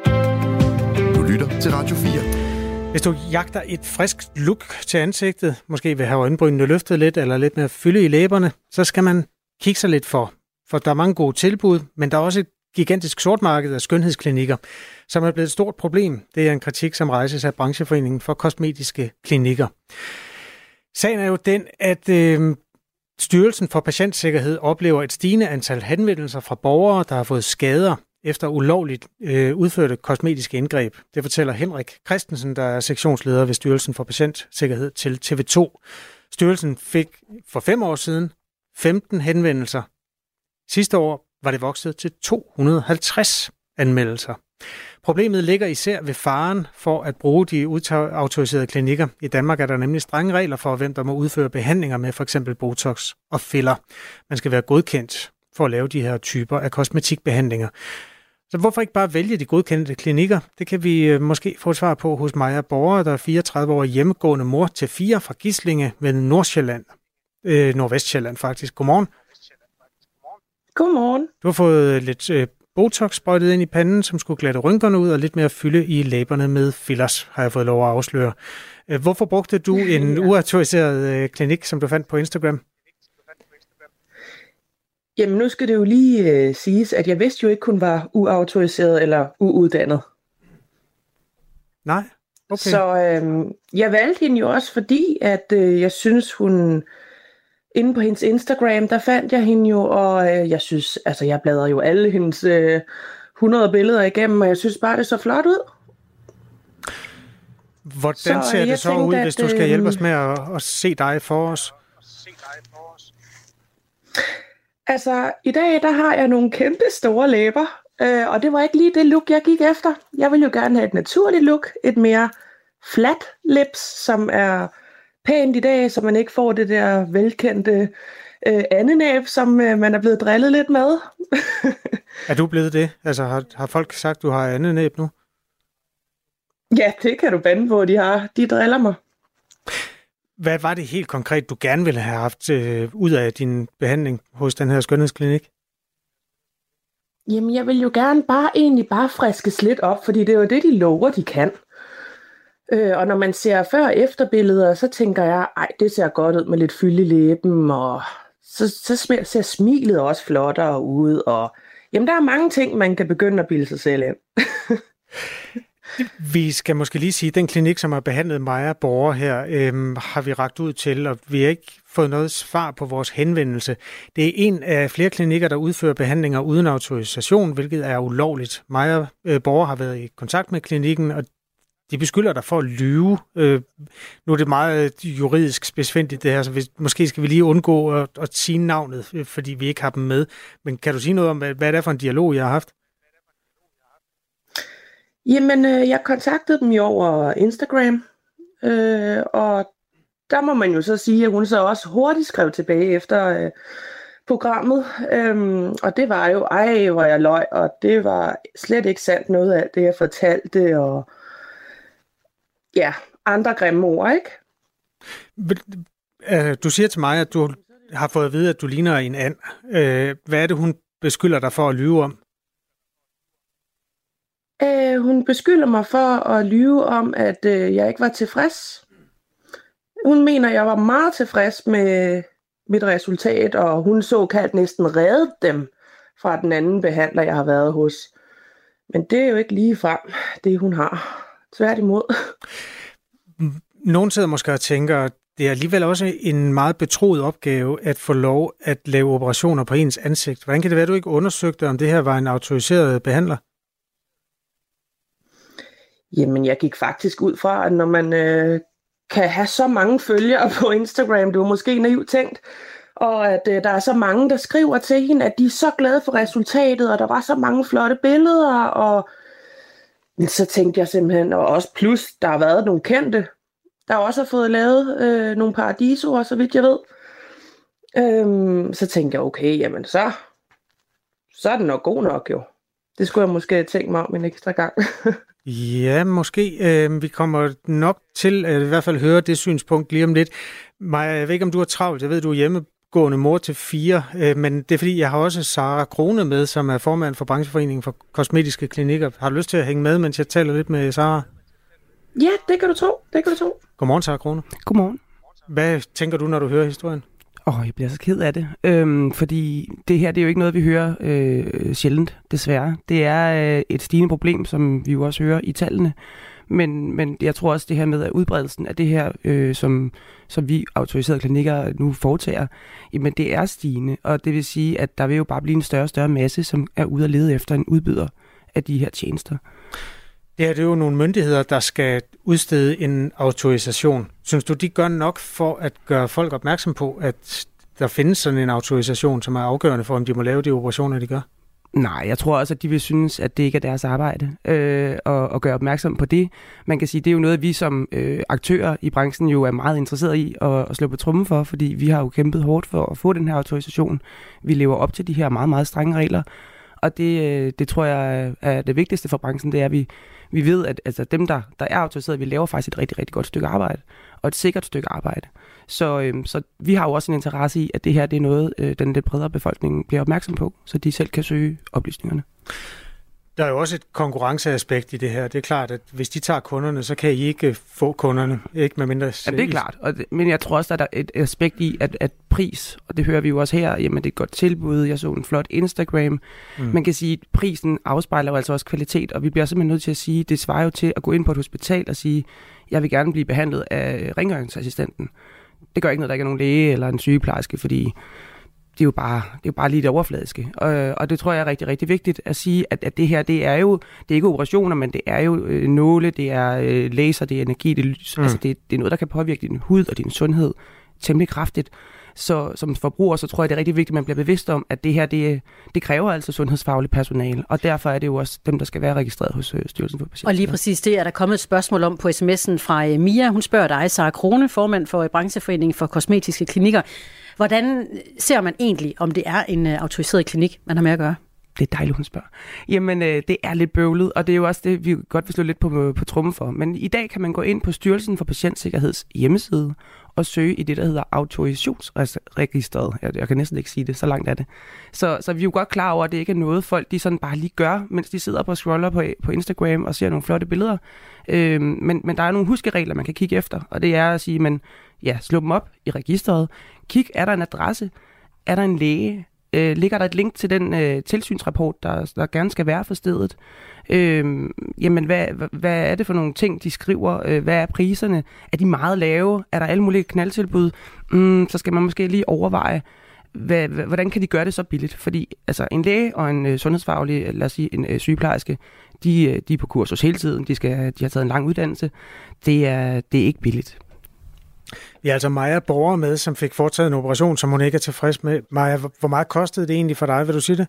Du lytter til Radio 4. Hvis du jagter et frisk look til ansigtet, måske vil have øjenbrynene løftet lidt, eller lidt mere fylde i læberne, så skal man kigge sig lidt for der er mange gode tilbud, men der er også et gigantisk sortmarked af skønhedsklinikker, som er blevet et stort problem. Det er en kritik, som rejses af Brancheforeningen for Kosmetiske Klinikker. Sagen er jo den, at Styrelsen for Patientsikkerhed oplever et stigende antal henvendelser fra borgere, der har fået skader efter ulovligt udførte kosmetiske indgreb. Det fortæller Henrik Christensen, der er sektionsleder ved Styrelsen for Patientsikkerhed til TV2. Styrelsen fik for 5 år siden 15 henvendelser. Sidste år var det vokset til 250 anmeldelser. Problemet ligger især ved faren for at bruge de autoriserede klinikker. I Danmark er der nemlig strenge regler for, hvem der må udføre behandlinger med f.eks. Botox og filler. Man skal være godkendt for at lave de her typer af kosmetikbehandlinger. Så hvorfor ikke bare vælge de godkendte klinikker? Det kan vi måske få et svar på hos Maja Borger, der er 34 år hjemmegående mor til 4 fra Gislinge ved Nordsjælland. Nordvestsjælland faktisk. Godmorgen. Godmorgen. Du har fået lidt Botox sprøjtet ind i panden, som skulle glatte rynkerne ud og lidt mere fylde i læberne med fillers, har jeg fået lov at afsløre. Hvorfor brugte du en uautoriseret klinik, som du fandt på Instagram? Jamen nu skal det jo lige siges, at jeg vidste jo ikke, hun var uautoriseret eller uuddannet. Nej, okay. Så jeg valgte hende jo også, fordi at jeg synes, hun... Inde på hendes Instagram, der fandt jeg hende jo, og jeg synes, altså jeg bladrer jo alle hendes 100 billeder igennem, og jeg synes bare, det så flot ud. Hvordan ser det så ud, hvis du skal hjælpe os med at se dig for os? Altså, i dag, der har jeg nogle kæmpe store læber, og det var ikke lige det look, jeg gik efter. Jeg vil jo gerne have et naturligt look, et mere flat lips, som er pænt i dag, så man ikke får det der velkendte andenæb, som man er blevet drillet lidt med. Er du blevet det? Altså har folk sagt, du har andenæb nu? Ja, det kan du bande på, de har. De driller mig. Hvad var det helt konkret, du gerne ville have haft ud af din behandling hos den her skønhedsklinik? Jamen, jeg vil jo gerne bare friskes lidt op, fordi det er jo det, de lover, de kan. Og når man ser før- og efterbilleder, så tænker jeg, det ser godt ud med lidt fyld i læben, og så ser smilet også flottere ud, og jamen, der er mange ting, man kan begynde at bilde sig selv ind. Vi skal måske lige sige, at den klinik, som har behandlet Maja Borger her, har vi rakt ud til, og vi har ikke fået noget svar på vores henvendelse. Det er en af flere klinikker, der udfører behandlinger uden autorisation, hvilket er ulovligt. Maja Borger har været i kontakt med klinikken, og de beskylder dig for at lyve. Nu er det meget juridisk specifikt det her, så måske skal vi lige undgå at sige navnet, fordi vi ikke har dem med. Men kan du sige noget om, hvad det er for en dialog, jeg har haft? Jamen, jeg kontaktede dem jo over Instagram, og der må man jo så sige, at hun så også hurtigt skrev tilbage efter programmet, og det var jo, hvor jeg løg, og det var slet ikke sandt noget af det, jeg fortalte, og ja, andre grimme ord, ikke? Du siger til mig, at du har fået at vide, at du ligner en and. Hvad er det, hun beskylder dig for at lyve om? Hun beskylder mig for at lyve om, at jeg ikke var tilfreds. Hun mener, at jeg var meget tilfreds med mit resultat, og hun såkaldt næsten reddede dem fra den anden behandler, jeg har været hos. Men det er jo ikke lige frem, det hun har. Tværtimod. Nogen sidder måske og tænker, at det er alligevel også en meget betroet opgave at få lov at lave operationer på ens ansigt. Hvordan kan det være, at du ikke undersøgte, om det her var en autoriseret behandler? Jamen, jeg gik faktisk ud fra, at når man kan have så mange følgere på Instagram, det var måske naivt tænkt, og at der er så mange, der skriver til hende, at de er så glade for resultatet, og der var så mange flotte billeder, og så tænkte jeg simpelthen, og også plus, der har været nogle kendte, der også har fået lavet nogle paradisoer, så vidt jeg ved. Så tænkte jeg, okay, jamen så er den nok god nok jo. Det skulle jeg måske tænke mig om en ekstra gang. Ja, måske. Vi kommer nok til at i hvert fald høre det synspunkt lige om lidt. Maja, jeg ved ikke, om du er travlt. Jeg ved, du er hjemmegående mor til 4, men det er fordi, jeg har også Sara Krone med, som er formand for Brancheforeningen for Kosmetiske Klinikker. Har du lyst til at hænge med, mens jeg taler lidt med Sara? Ja, det kan du tro. Godmorgen, Sara Krone. Godmorgen. Hvad tænker du, når du hører historien? Jeg bliver så ked af det, fordi det her, det er jo ikke noget, vi hører sjældent, desværre. Det er et stigende problem, som vi jo også hører i tallene, men jeg tror også, det her med udbredelsen af det her, som vi autoriserede klinikker nu foretager, jamen det er stigende, og det vil sige, at der vil jo bare blive en større og større masse, som er ude at lede efter en udbyder af de her tjenester. Det er jo nogle myndigheder, der skal udstede en autorisation. Synes du, de gør nok for at gøre folk opmærksom på, at der findes sådan en autorisation, som er afgørende for, om de må lave de operationer, de gør? Nej, jeg tror også, at de vil synes, at det ikke er deres arbejde at gøre opmærksom på det. Man kan sige, det er jo noget, vi som aktører i branchen jo er meget interesserede i at slå på trommen for, fordi vi har jo kæmpet hårdt for at få den her autorisation. Vi lever op til de her meget, meget strenge regler, og det tror jeg er det vigtigste for branchen, det er, at vi ved, at altså, dem, der er autoriseret, vi laver faktisk et rigtig, rigtig godt stykke arbejde, og et sikkert stykke arbejde. Så vi har jo også en interesse i, at det her det er noget, den lidt bredere befolkning bliver opmærksom på, så de selv kan søge oplysningerne. Der er jo også et konkurrenceaspekt i det her. Det er klart, at hvis de tager kunderne, så kan I ikke få kunderne, ikke med mindre... Ja, det er klart, men jeg tror også, at der er et aspekt i, at pris, og det hører vi jo også her, jamen det er et godt tilbud, jeg så en flot Instagram. Man kan sige, at prisen afspejler jo altså også kvalitet, og vi bliver simpelthen nødt til at sige, det svarer jo til at gå ind på et hospital og sige, jeg vil gerne blive behandlet af rengøringsassistenten. Det gør ikke noget, der ikke er nogen læge eller en sygeplejerske, fordi det er jo bare lige det overfladiske. Og det tror jeg er rigtig, rigtig vigtigt at sige, at det her, det er ikke operationer, men det er jo nåle, det er laser, det er energi, det er lys. Altså det er noget, der kan påvirke din hud og din sundhed temmelig kraftigt. Så som forbruger, så tror jeg, det er rigtig vigtigt, at man bliver bevidst om, at det her, det kræver altså sundhedsfagligt personale, og derfor er det jo også dem, der skal være registreret hos Styrelsen for Patientsikkerhed. Og lige præcis det er der kommet et spørgsmål om på sms'en fra Mia. Hun spørger dig, Sara Krone, formand for Brancheforeningen for Kosmetiske Klinikker. Hvordan ser man egentlig, om det er en autoriseret klinik, man har med at gøre? Det er dejligt, hun spørger. Jamen, det er lidt bøvlet, og det er jo også det, vi godt vil slå lidt på trummen for. Men i dag kan man gå ind på Styrelsen for Patientsikkerheds hjemmeside og søge i det, der hedder autorisationsregisteret. Jeg kan næsten ikke sige det, så langt er det. Så vi er jo godt klar over, at det ikke er noget, folk de sådan bare lige gør, mens de sidder og scroller på Instagram og ser nogle flotte billeder. Men der er nogle huskeregler, man kan kigge efter, og det er at sige, men ja, slå dem op i registeret. Kig, er der en adresse? Er der en læge? Ligger der et link til den tilsynsrapport, der gerne skal være for stedet? Jamen, hvad er det for nogle ting, de skriver? Hvad er priserne? Er de meget lave? Er der alle mulige knaldtilbud? Så skal man måske lige overveje, hvordan kan de gøre det så billigt? Fordi altså, en læge og en sundhedsfaglig, lad os sige en sygeplejerske, de er på kursus hele tiden. De har taget en lang uddannelse. Det er ikke billigt. Vi har altså Maja Borger med, som fik foretaget en operation, som hun ikke er tilfreds med. Maja, hvor meget kostede det egentlig for dig? Vil du sige det?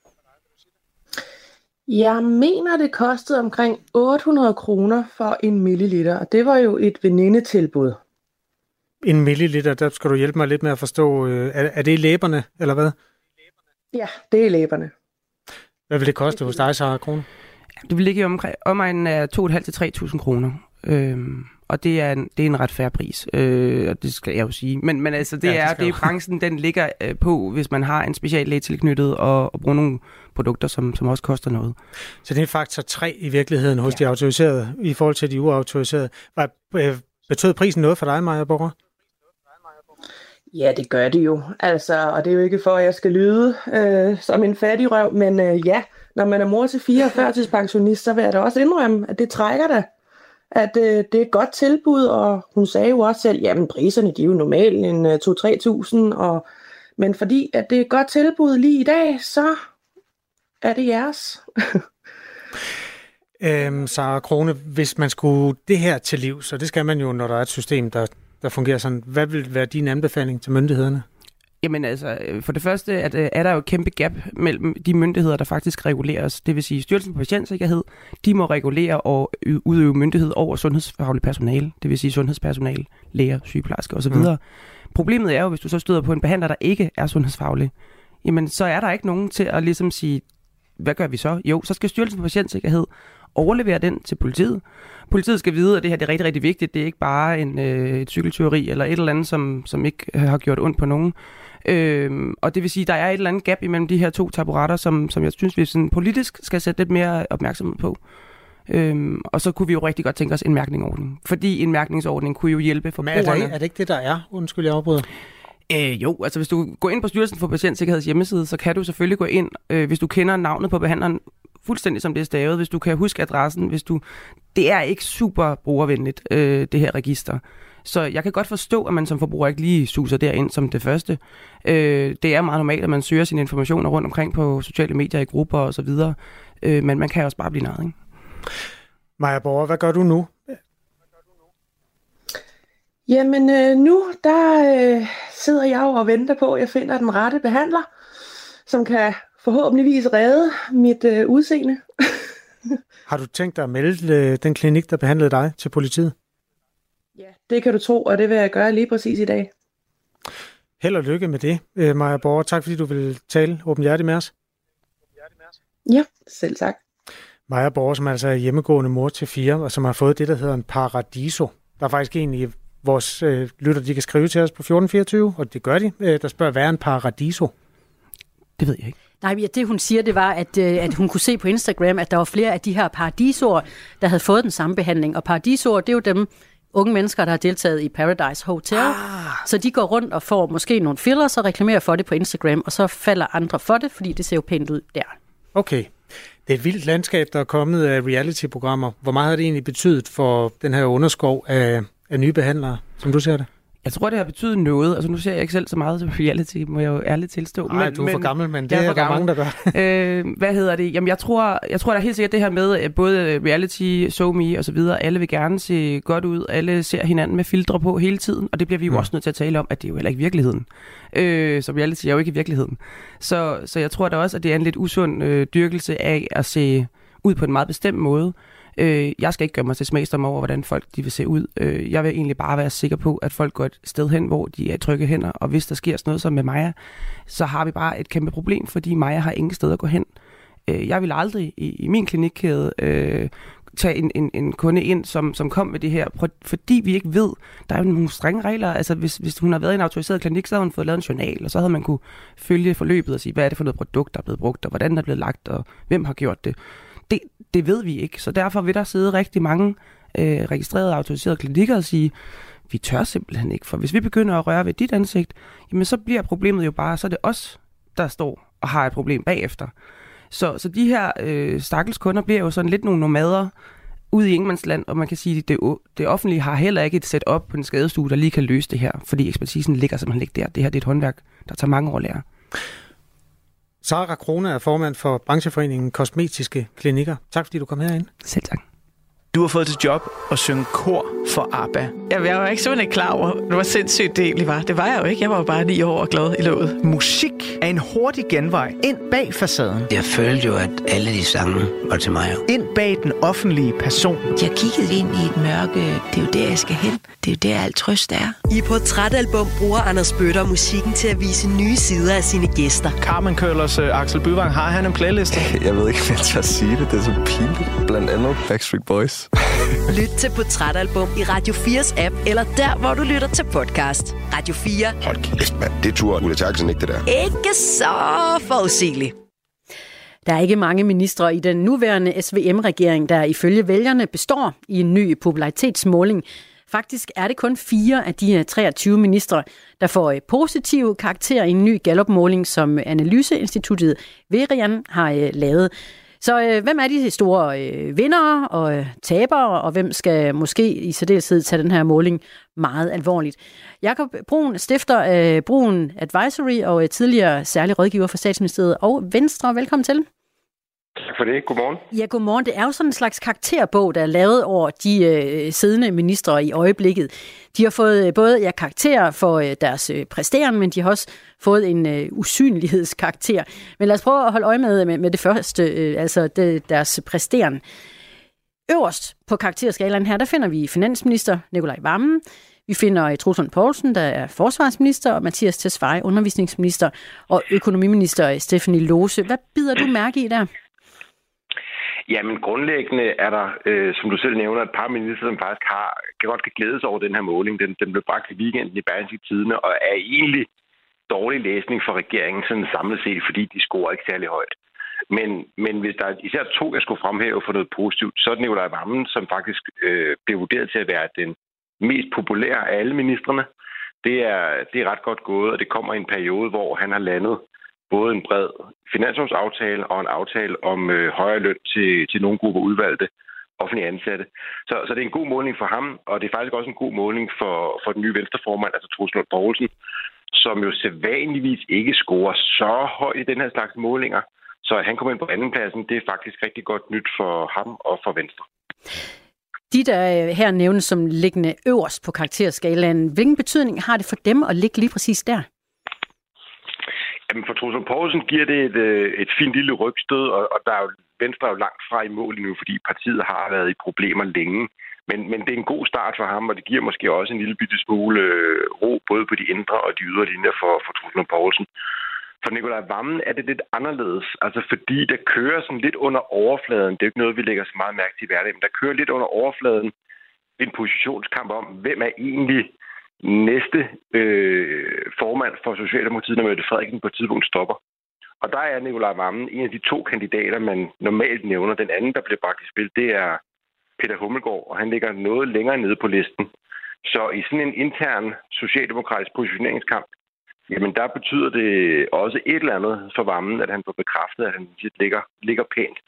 Jeg mener, det kostede omkring 800 kroner for 1 milliliter, og det var jo et venindetilbud. 1 milliliter, der skal du hjælpe mig lidt med at forstå. Er det i læberne, eller hvad? Ja, det er i læberne. Hvad vil det koste hos dig, Sara Krone? Det vil ligge omegnen af 2.500 til 3.000 kroner. Og det er en ret fair pris, og det skal jeg jo sige. Men altså, det er branchen, den ligger på, hvis man har en speciallæge tilknyttet og bruger nogle produkter, som også koster noget. Så det er faktor 3 i virkeligheden hos de autoriserede i forhold til de uautoriserede. Betød prisen noget for dig, Maja Borger? Ja, det gør det jo. Altså, og det er jo ikke for, at jeg skal lyde som en fattig røv, men ja, når man er mor til 4 førtidspensionist, så vil jeg da også indrømme, at det trækker da. At det er et godt tilbud, og hun sagde jo også selv, jamen priserne de er jo normalt en 2-3.000, men fordi at det er et godt tilbud lige i dag, så er det jeres. Sara Krone, hvis man skulle det her til liv, så det skal man jo, når der er et system, der fungerer sådan. Hvad vil være din anbefaling til myndighederne? Jamen altså, for det første er der jo et kæmpe gap mellem de myndigheder, der faktisk reguleres. Det vil sige, Styrelsen for Patientsikkerhed, de må regulere og udøve myndighed over sundhedsfagligt personale. Det vil sige sundhedspersonale, læger, sygeplejersker osv. Problemet er jo, hvis du så støder på en behandler, der ikke er sundhedsfaglig, jamen så er der ikke nogen til at ligesom sige, hvad gør vi så? Jo, så skal Styrelsen for Patientsikkerhed overlevere den til politiet. Politiet skal vide, at det her det er rigtig, rigtig vigtigt. Det er ikke bare et cykeltyveri eller et eller andet, som ikke har gjort ondt på nogen. Og det vil sige, at der er et eller andet gap imellem de her to taburetter, som jeg synes, vi sådan politisk skal sætte lidt mere opmærksomhed på. Og så kunne vi jo rigtig godt tænke os en mærkningsordning. Fordi en mærkningsordning kunne jo hjælpe forbrugerne. Men er det ikke det, der er? Undskyld, jeg afbryder. Jo, altså hvis du går ind på Styrelsen for Patientsikkerheds hjemmeside, så kan du selvfølgelig gå ind, hvis du kender navnet på behandleren, fuldstændig som det er stavet, hvis du kan huske adressen, det er ikke super brugervenligt, det her register. Så jeg kan godt forstå, at man som forbruger ikke lige suser derind som det første. Det er meget normalt, at man søger sine informationer rundt omkring på sociale medier i grupper og så videre, men man kan også bare blive narret, ikke? Maja Borger, hvad gør du nu? Jamen nu, der sidder jeg jo og venter på, at jeg finder den rette behandler, som kan forhåbentligvis redde mit udseende. Har du tænkt dig at melde den klinik, der behandlede dig, til politiet? Ja, det kan du tro, og det vil jeg gøre lige præcis i dag. Held og lykke med det, Maja Borger. Tak fordi du vil tale åbenhjertigt med os. Ja, selv tak. Maja Borger, som altså er hjemmegående mor til 4, og som har fået det, der hedder en Paradiso. Der er faktisk en i vores lytter, de kan skrive til os på 1424, og det gør de. Der spørger, hvad er en Paradiso? Det ved jeg ikke. Nej, det hun siger, det var, at hun kunne se på Instagram, at der var flere af de her paradisoer, der havde fået den samme behandling. Og paradisoer, det er jo dem unge mennesker, der har deltaget i Paradise Hotel. Så de går rundt og får måske nogle fillers og reklamerer for det på Instagram, og så falder andre for det, fordi det ser jo pænt ud der. Okay. Det er et vildt landskab, der er kommet af reality-programmer. Hvor meget har det egentlig betydet for den her underskov af nye behandlere, som du ser det? Jeg tror, det har betydet noget. Altså, nu ser jeg ikke selv så meget som reality, må jeg jo ærligt tilstå. Nej, du er for gammel, men det er der mange, der gør. Hvad hedder det? Jamen, jeg tror, der er helt sikkert det her med, både reality, SoMe og så videre. Alle vil gerne se godt ud. Alle ser hinanden med filtre på hele tiden, og det bliver vi jo også nødt til at tale om, at det er jo heller ikke virkeligheden. Så reality er jo ikke i virkeligheden. Så jeg tror da også, at det er en lidt usund dyrkelse af at se ud på en meget bestemt måde. Jeg skal ikke gøre mig til smagsdommer over, hvordan folk de vil se ud. Jeg vil egentlig bare være sikker på, at folk går et sted hen, hvor de er i trygge hænder. Og hvis der sker sådan noget som med Maja, så har vi bare et kæmpe problem, fordi Maja har ingen sted at gå hen. Jeg vil aldrig i min klinikkæde tage en kunde ind, som kom med det her, fordi vi ikke ved, der er jo nogle strenge regler. Altså hvis hun har været i en autoriseret klinik, så havde hun fået lavet en journal, og så havde man kunne følge forløbet og sige, hvad er det for noget produkt, der er blevet brugt, og hvordan der er blevet lagt, og hvem har gjort det. Det ved vi ikke, så derfor vil der sidde rigtig mange registrerede autoriserede klinikker og sige, vi tør simpelthen ikke, for hvis vi begynder at røre ved dit ansigt, jamen så bliver problemet jo bare, så er det os, der står og har et problem bagefter. Så de her stakkels kunder bliver jo sådan lidt nogle nomader ude i ingenmandsland, og man kan sige, at det offentlige har heller ikke et setup på en skadestue, der lige kan løse det her, fordi ekspertisen ligger simpelthen ikke der. Det her det er et håndværk, der tager mange år at lære. Sara Krone er formand for brancheforeningen Kosmetiske Klinikker. Tak fordi du kom herind. Selv tak. Du har fået til job at synge kor for ABBA. Jeg var ikke simpelthen klar over, hvor sindssygt det egentlig var. Det var jeg jo ikke. Jeg var jo bare 9 år og glad i låget. Musik er en hurtig genvej ind bag facaden. Jeg følte jo, at alle de sange var til mig. Ind bag den offentlige person. Jeg kiggede ind i et mørke. Det er jo der, jeg skal hen. Det er jo der, alt trøst er. I Portrætalbum bruger Anders Bøtter musikken til at vise nye sider af sine gæster. Carmen Køllers Axel Byvang, har han en playliste? Jeg ved ikke, hvad jeg skal sige det. Det er så pinligt. Blandt andet Backstreet Boys. Lyt til Portrætalbum i Radio 4's app, eller der, hvor du lytter til podcast. Radio 4. Hold kæft, mand. Det tror Ulla Terkelsen ikke, det der. Ikke så forudsigeligt. Der er ikke mange ministre i den nuværende SVM-regering, der ifølge vælgerne består i en ny popularitetsmåling. Faktisk er det kun 4 af de 23 ministre, der får positive karakterer i en ny Gallup-måling, som Analyseinstituttet Verian har lavet. Så hvem er de store vindere og tabere, og hvem skal måske i særdeleshed tage den her måling meget alvorligt? Jakob Bruun, stifter af Bruun Advisory og tidligere særlig rådgiver for Statsministeriet og Venstre. Velkommen til. Tak for det. Godmorgen. Ja, godmorgen. Det er jo sådan en slags karakterbog, der er lavet over de siddende ministre i øjeblikket. De har fået både karakterer for deres præsteren, men de har også fået en usynlighedskarakter. Men lad os prøve at holde øje med det første, altså deres præsteren. Øverst på karakterskalaen her, der finder vi finansminister Nicolai Wammen. Vi finder Troels Lund Poulsen, der er forsvarsminister, og Mathias Tesfaye, undervisningsminister, og økonomiminister Stephanie Lose. Hvad bider du mærke i der? Jamen grundlæggende er der, som du selv nævner, et par minister, som faktisk godt kan glædes over den her måling. Den blev bragt i weekenden i Berlingske Tidende, og er egentlig dårlig læsning for regeringen sådan samlet set, fordi de scorer ikke særlig højt. Men hvis der er især 2, jeg skulle fremhæve for noget positivt, så er det Nicolai Wammen, som faktisk blev vurderet til at være den mest populære af alle ministrene. Det er ret godt gået, og det kommer i en periode, hvor han har landet både en bred finanslovsaftale og en aftale om højere løn til nogle grupper udvalgte offentlige ansatte. Så det er en god måling for ham, og det er faktisk også en god måling for den nye venstreformand, altså Troels Lund Poulsen, som jo sædvanligvis ikke scorer så højt i den her slags målinger. Så at han kommer ind på andenpladsen, det er faktisk rigtig godt nyt for ham og for Venstre. De, der her nævnes som liggende øverst på karakterskalaen, hvilken betydning har det for dem at ligge lige præcis der? Jamen for Troels Lund Poulsen giver det et fint lille rygstød, og der er jo, Venstre er jo langt fra i mål nu, fordi partiet har været i problemer længe. Men det er en god start for ham, og det giver måske også en lille bitte smule ro, både på de indre og de ydre linjer for Troels Lund Poulsen. For Nicolai Wammen er det lidt anderledes, altså fordi der kører sådan lidt under overfladen. Det er jo ikke noget, vi lægger så meget mærke til i hverdagen, men der kører lidt under overfladen en positionskamp om, hvem er egentlig næste formand for Socialdemokratiet, når Mette Frederiksen på et tidspunkt stopper. Og der er Nicolai Wammen en af de 2 kandidater, man normalt nævner. Den anden, der bliver bragt i spil, det er Peter Hummelgaard, og han ligger noget længere nede på listen. Så i sådan en intern socialdemokratisk positioneringskamp, jamen der betyder det også et eller andet for Wammen, at han får bekræftet, at han ligger pænt.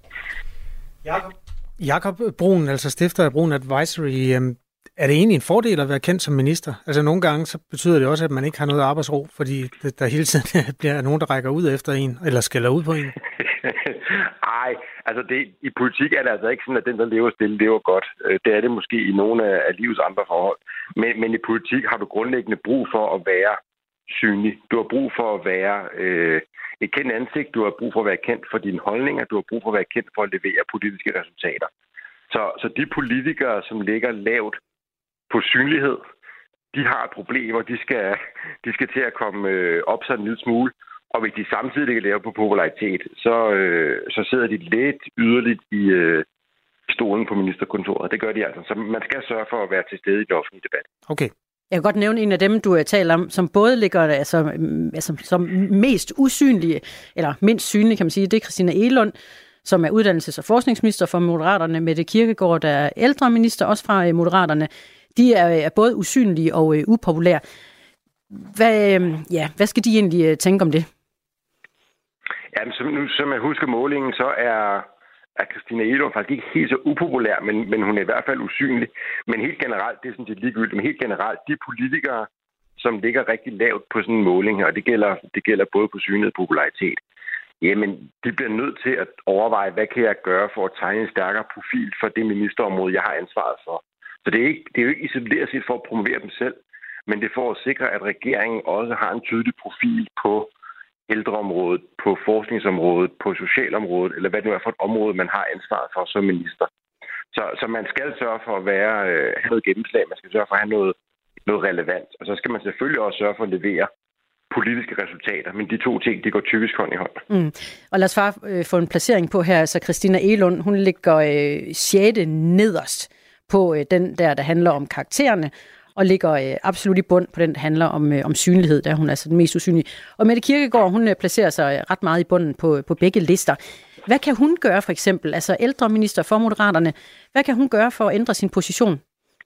Jakob Bruun, altså stifter af Bruun Advisory, er det egentlig en fordel at være kendt som minister? Altså nogle gange så betyder det også, at man ikke har noget arbejdsro, fordi der hele tiden bliver nogen, der rækker ud efter en, eller skælder ud på en. Ej, altså i politik er det altså ikke sådan, at den, der lever stille, lever godt. Det er det måske i nogle af livets andre forhold. Men i politik har du grundlæggende brug for at være synlig. Du har brug for at være et kendt ansigt. Du har brug for at være kendt for dine holdninger. Du har brug for at være kendt for at levere politiske resultater. Så de politikere, som ligger lavt på synlighed, de har et problem, og de skal til at komme op sig en lille smule. Og hvis de samtidig kan lave på popularitet, så sidder de lidt yderligt i stolen på ministerkontoret. Det gør de altså. Så man skal sørge for at være til stede i den offentlige debat. Okay. Jeg kan godt nævne en af dem, du taler om, som både ligger som mest usynlige, eller mindst synlige, kan man sige. Det er Christina Egelund, som er uddannelses- og forskningsminister for Moderaterne, Mette Kirkegaard, der er ældreminister, også fra Moderaterne. De er både usynlige og upopulære. Hvad skal de egentlig tænke om det? Jamen, som jeg husker målingen, så er Christina Egelund faktisk ikke helt så upopulær, men hun er i hvert fald usynlig. Men helt generelt, det er sådan lidt ligegyldigt, men helt generelt, de politikere, som ligger rigtig lavt på sådan en måling her, og det gælder både på synlighed og popularitet, jamen, de bliver nødt til at overveje, hvad kan jeg gøre for at tegne en stærkere profil for det ministerområde, jeg har ansvaret for. Så det er jo ikke isoleret set for at promovere dem selv, men det er for at sikre, at regeringen også har en tydelig profil på ældreområdet, på forskningsområdet, på socialområdet, eller hvad det nu er for et område, man har ansvaret for som minister. Så man skal sørge for at have noget gennemslag, man skal sørge for at have noget relevant, og så skal man selvfølgelig også sørge for at levere politiske resultater, men de to ting, de går typisk hånd i hånd. Og lad os få en placering på her. Så Christina Egelund, hun ligger 6. nederst på den der handler om karaktererne, og ligger absolut i bund på den, der handler om synlighed, der hun er altså den mest usynlige. Og Mette Kirkegaard, hun placerer sig ret meget i bunden på begge lister. Hvad kan hun gøre for eksempel, altså ældreminister for Moderaterne, hvad kan hun gøre for at ændre sin position?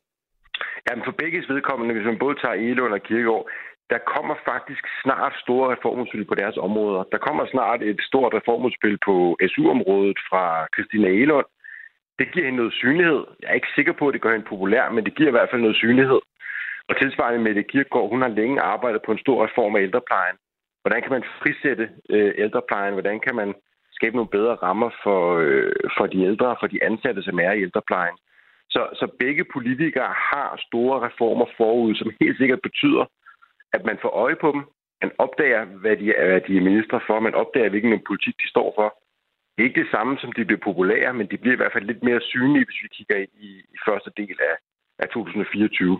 Jamen for begges vedkommende, hvis man både tager Egelund og Kirkegaard, der kommer faktisk snart store reformudspil på deres områder. Der kommer snart et stort reformudspil på SU-området fra Christina Egelund. Det giver hende noget synlighed. Jeg er ikke sikker på, at det gør hende populær, men det giver i hvert fald noget synlighed. Og tilsvarende Mette Kirkegaard, hun har længe arbejdet på en stor reform af ældreplejen. Hvordan kan man frisætte ældreplejen? Hvordan kan man skabe nogle bedre rammer for de ældre, for de ansatte, som er i ældreplejen? Så begge politikere har store reformer forud, som helt sikkert betyder, at man får øje på dem. Man opdager, hvad de er ministre for. Man opdager, hvilken politik de står for. Det er ikke det samme, som de bliver populære, men de bliver i hvert fald lidt mere synlige, hvis vi kigger ind i første del af 2024.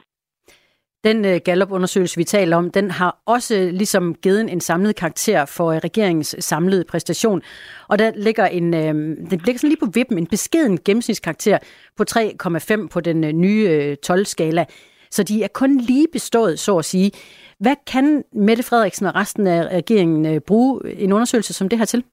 Den Gallup-undersøgelse, vi taler om, den har også ligesom givet en samlet karakter for regeringens samlede præstation. Og der ligger den ligger sådan lige på vippen, en beskeden gennemsnitskarakter på 3,5 på den nye 12-skala. Så de er kun lige bestået, så at sige. Hvad kan Mette Frederiksen og resten af regeringen bruge en undersøgelse som det her til?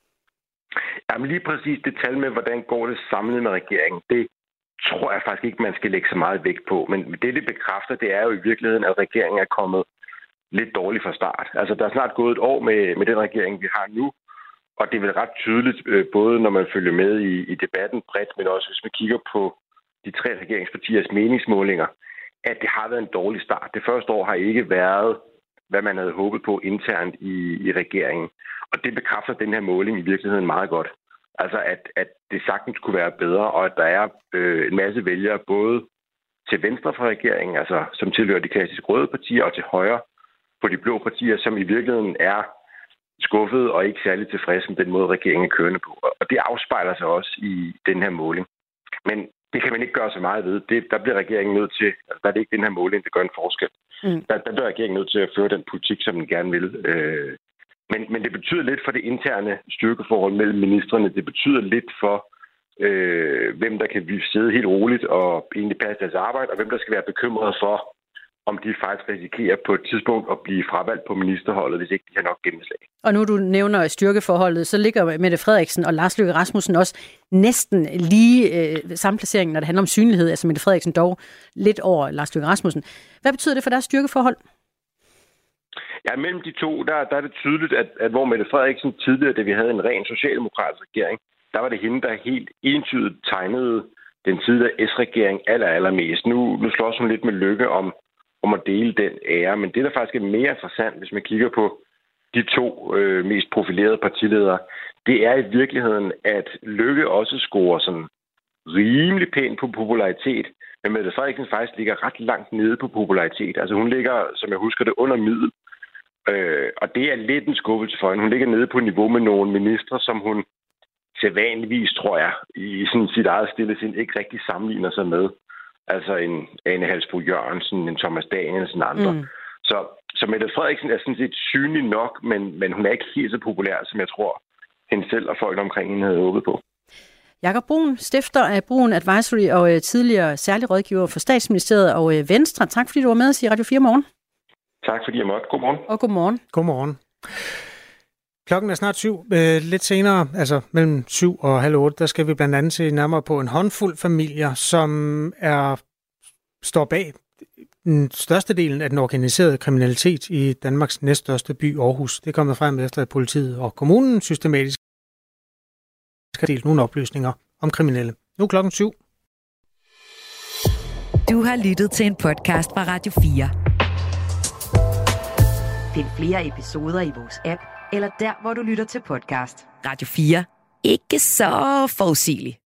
Jamen lige præcis det tal med, hvordan går det samlet med regeringen, det tror jeg faktisk ikke, man skal lægge så meget vægt på. Men det bekræfter, det er jo i virkeligheden, at regeringen er kommet lidt dårligt fra start. Altså der er snart gået et år med den regering, vi har nu, og det er vel ret tydeligt, både når man følger med i debatten bredt, men også hvis man kigger på de 3 regeringspartiers meningsmålinger, at det har været en dårlig start. Det første år har ikke været, hvad man havde håbet på internt i regeringen. Og det bekræfter den her måling i virkeligheden meget godt. Altså, at det sagtens kunne være bedre, og at der er en masse vælgere, både til venstre for regeringen, altså som tilhører de klassiske røde partier, og til højre på de blå partier, som i virkeligheden er skuffet og ikke særlig tilfredse med den måde, regeringen er kørende på. Og det afspejler sig også i den her måling. Men det kan man ikke gøre så meget ved. Der bliver regeringen nødt til, altså der er det ikke den her måling, der gør en forskel. Der bliver regeringen nødt til at føre den politik, som den gerne vil. Men det betyder lidt for det interne styrkeforhold mellem ministrene. Det betyder lidt for, hvem der kan sidde helt roligt og egentlig passe deres arbejde, og hvem der skal være bekymret for, om de faktisk risikerer på et tidspunkt at blive fravalgt på ministerholdet, hvis ikke de har nok gennemslag. Og nu du nævner styrkeforholdet, så ligger Mette Frederiksen og Lars Løkke Rasmussen også næsten lige samme placering, når det handler om synlighed. Altså Mette Frederiksen dog lidt over Lars Løkke Rasmussen. Hvad betyder det for deres styrkeforhold? Ja, mellem de to, der er det tydeligt, at hvor Mette Frederiksen tidligere, da vi havde en ren socialdemokratisk regering, der var det hende, der helt entydigt tegnede den tidligere S-regering allermest. Nu slås hun lidt med Løkke om at dele den ære, men det, der faktisk er mere interessant, hvis man kigger på de 2 mest profilerede partiledere, det er i virkeligheden, at Løkke også scorer sådan rimelig pænt på popularitet, men Mette Frederiksen faktisk ligger ret langt nede på popularitet. Altså hun ligger, som jeg husker det, under middel. Og det er lidt en skuffelse for hende. Hun ligger nede på niveau med nogle ministre, som hun sædvanligvis, tror jeg, i sådan sit eget stille sind ikke rigtig sammenligner sig med. Altså en Ane Halsbro Jørgensen, en Thomas Danielsen og andre. Så Mette Frederiksen er sådan set synlig nok, men hun er ikke helt så populær, som jeg tror, hende selv og folk omkring hende havde håbet på. Jakob Bruun, stifter af Bruun Advisory og tidligere særlig rådgiver for Statsministeriet og Venstre. Tak fordi du var med os i Radio 4 morgen. Tak fordi jeg måtte. Godmorgen. Og godmorgen. Godmorgen. Klokken er snart 7. Lidt senere, altså mellem 7 og halv 8, der skal vi blandt andet se nærmere på en håndfuld familier, som står bag den største delen af den organiserede kriminalitet i Danmarks næststørste by, Aarhus. Det er kommet frem efter, at politiet og kommunen systematisk har delt nogle oplysninger om kriminelle. Nu er klokken 7. Du har lyttet til en podcast fra Radio 4. Find flere episoder i vores app, eller der, hvor du lytter til podcast. Radio 4. Ikke så forudsigeligt.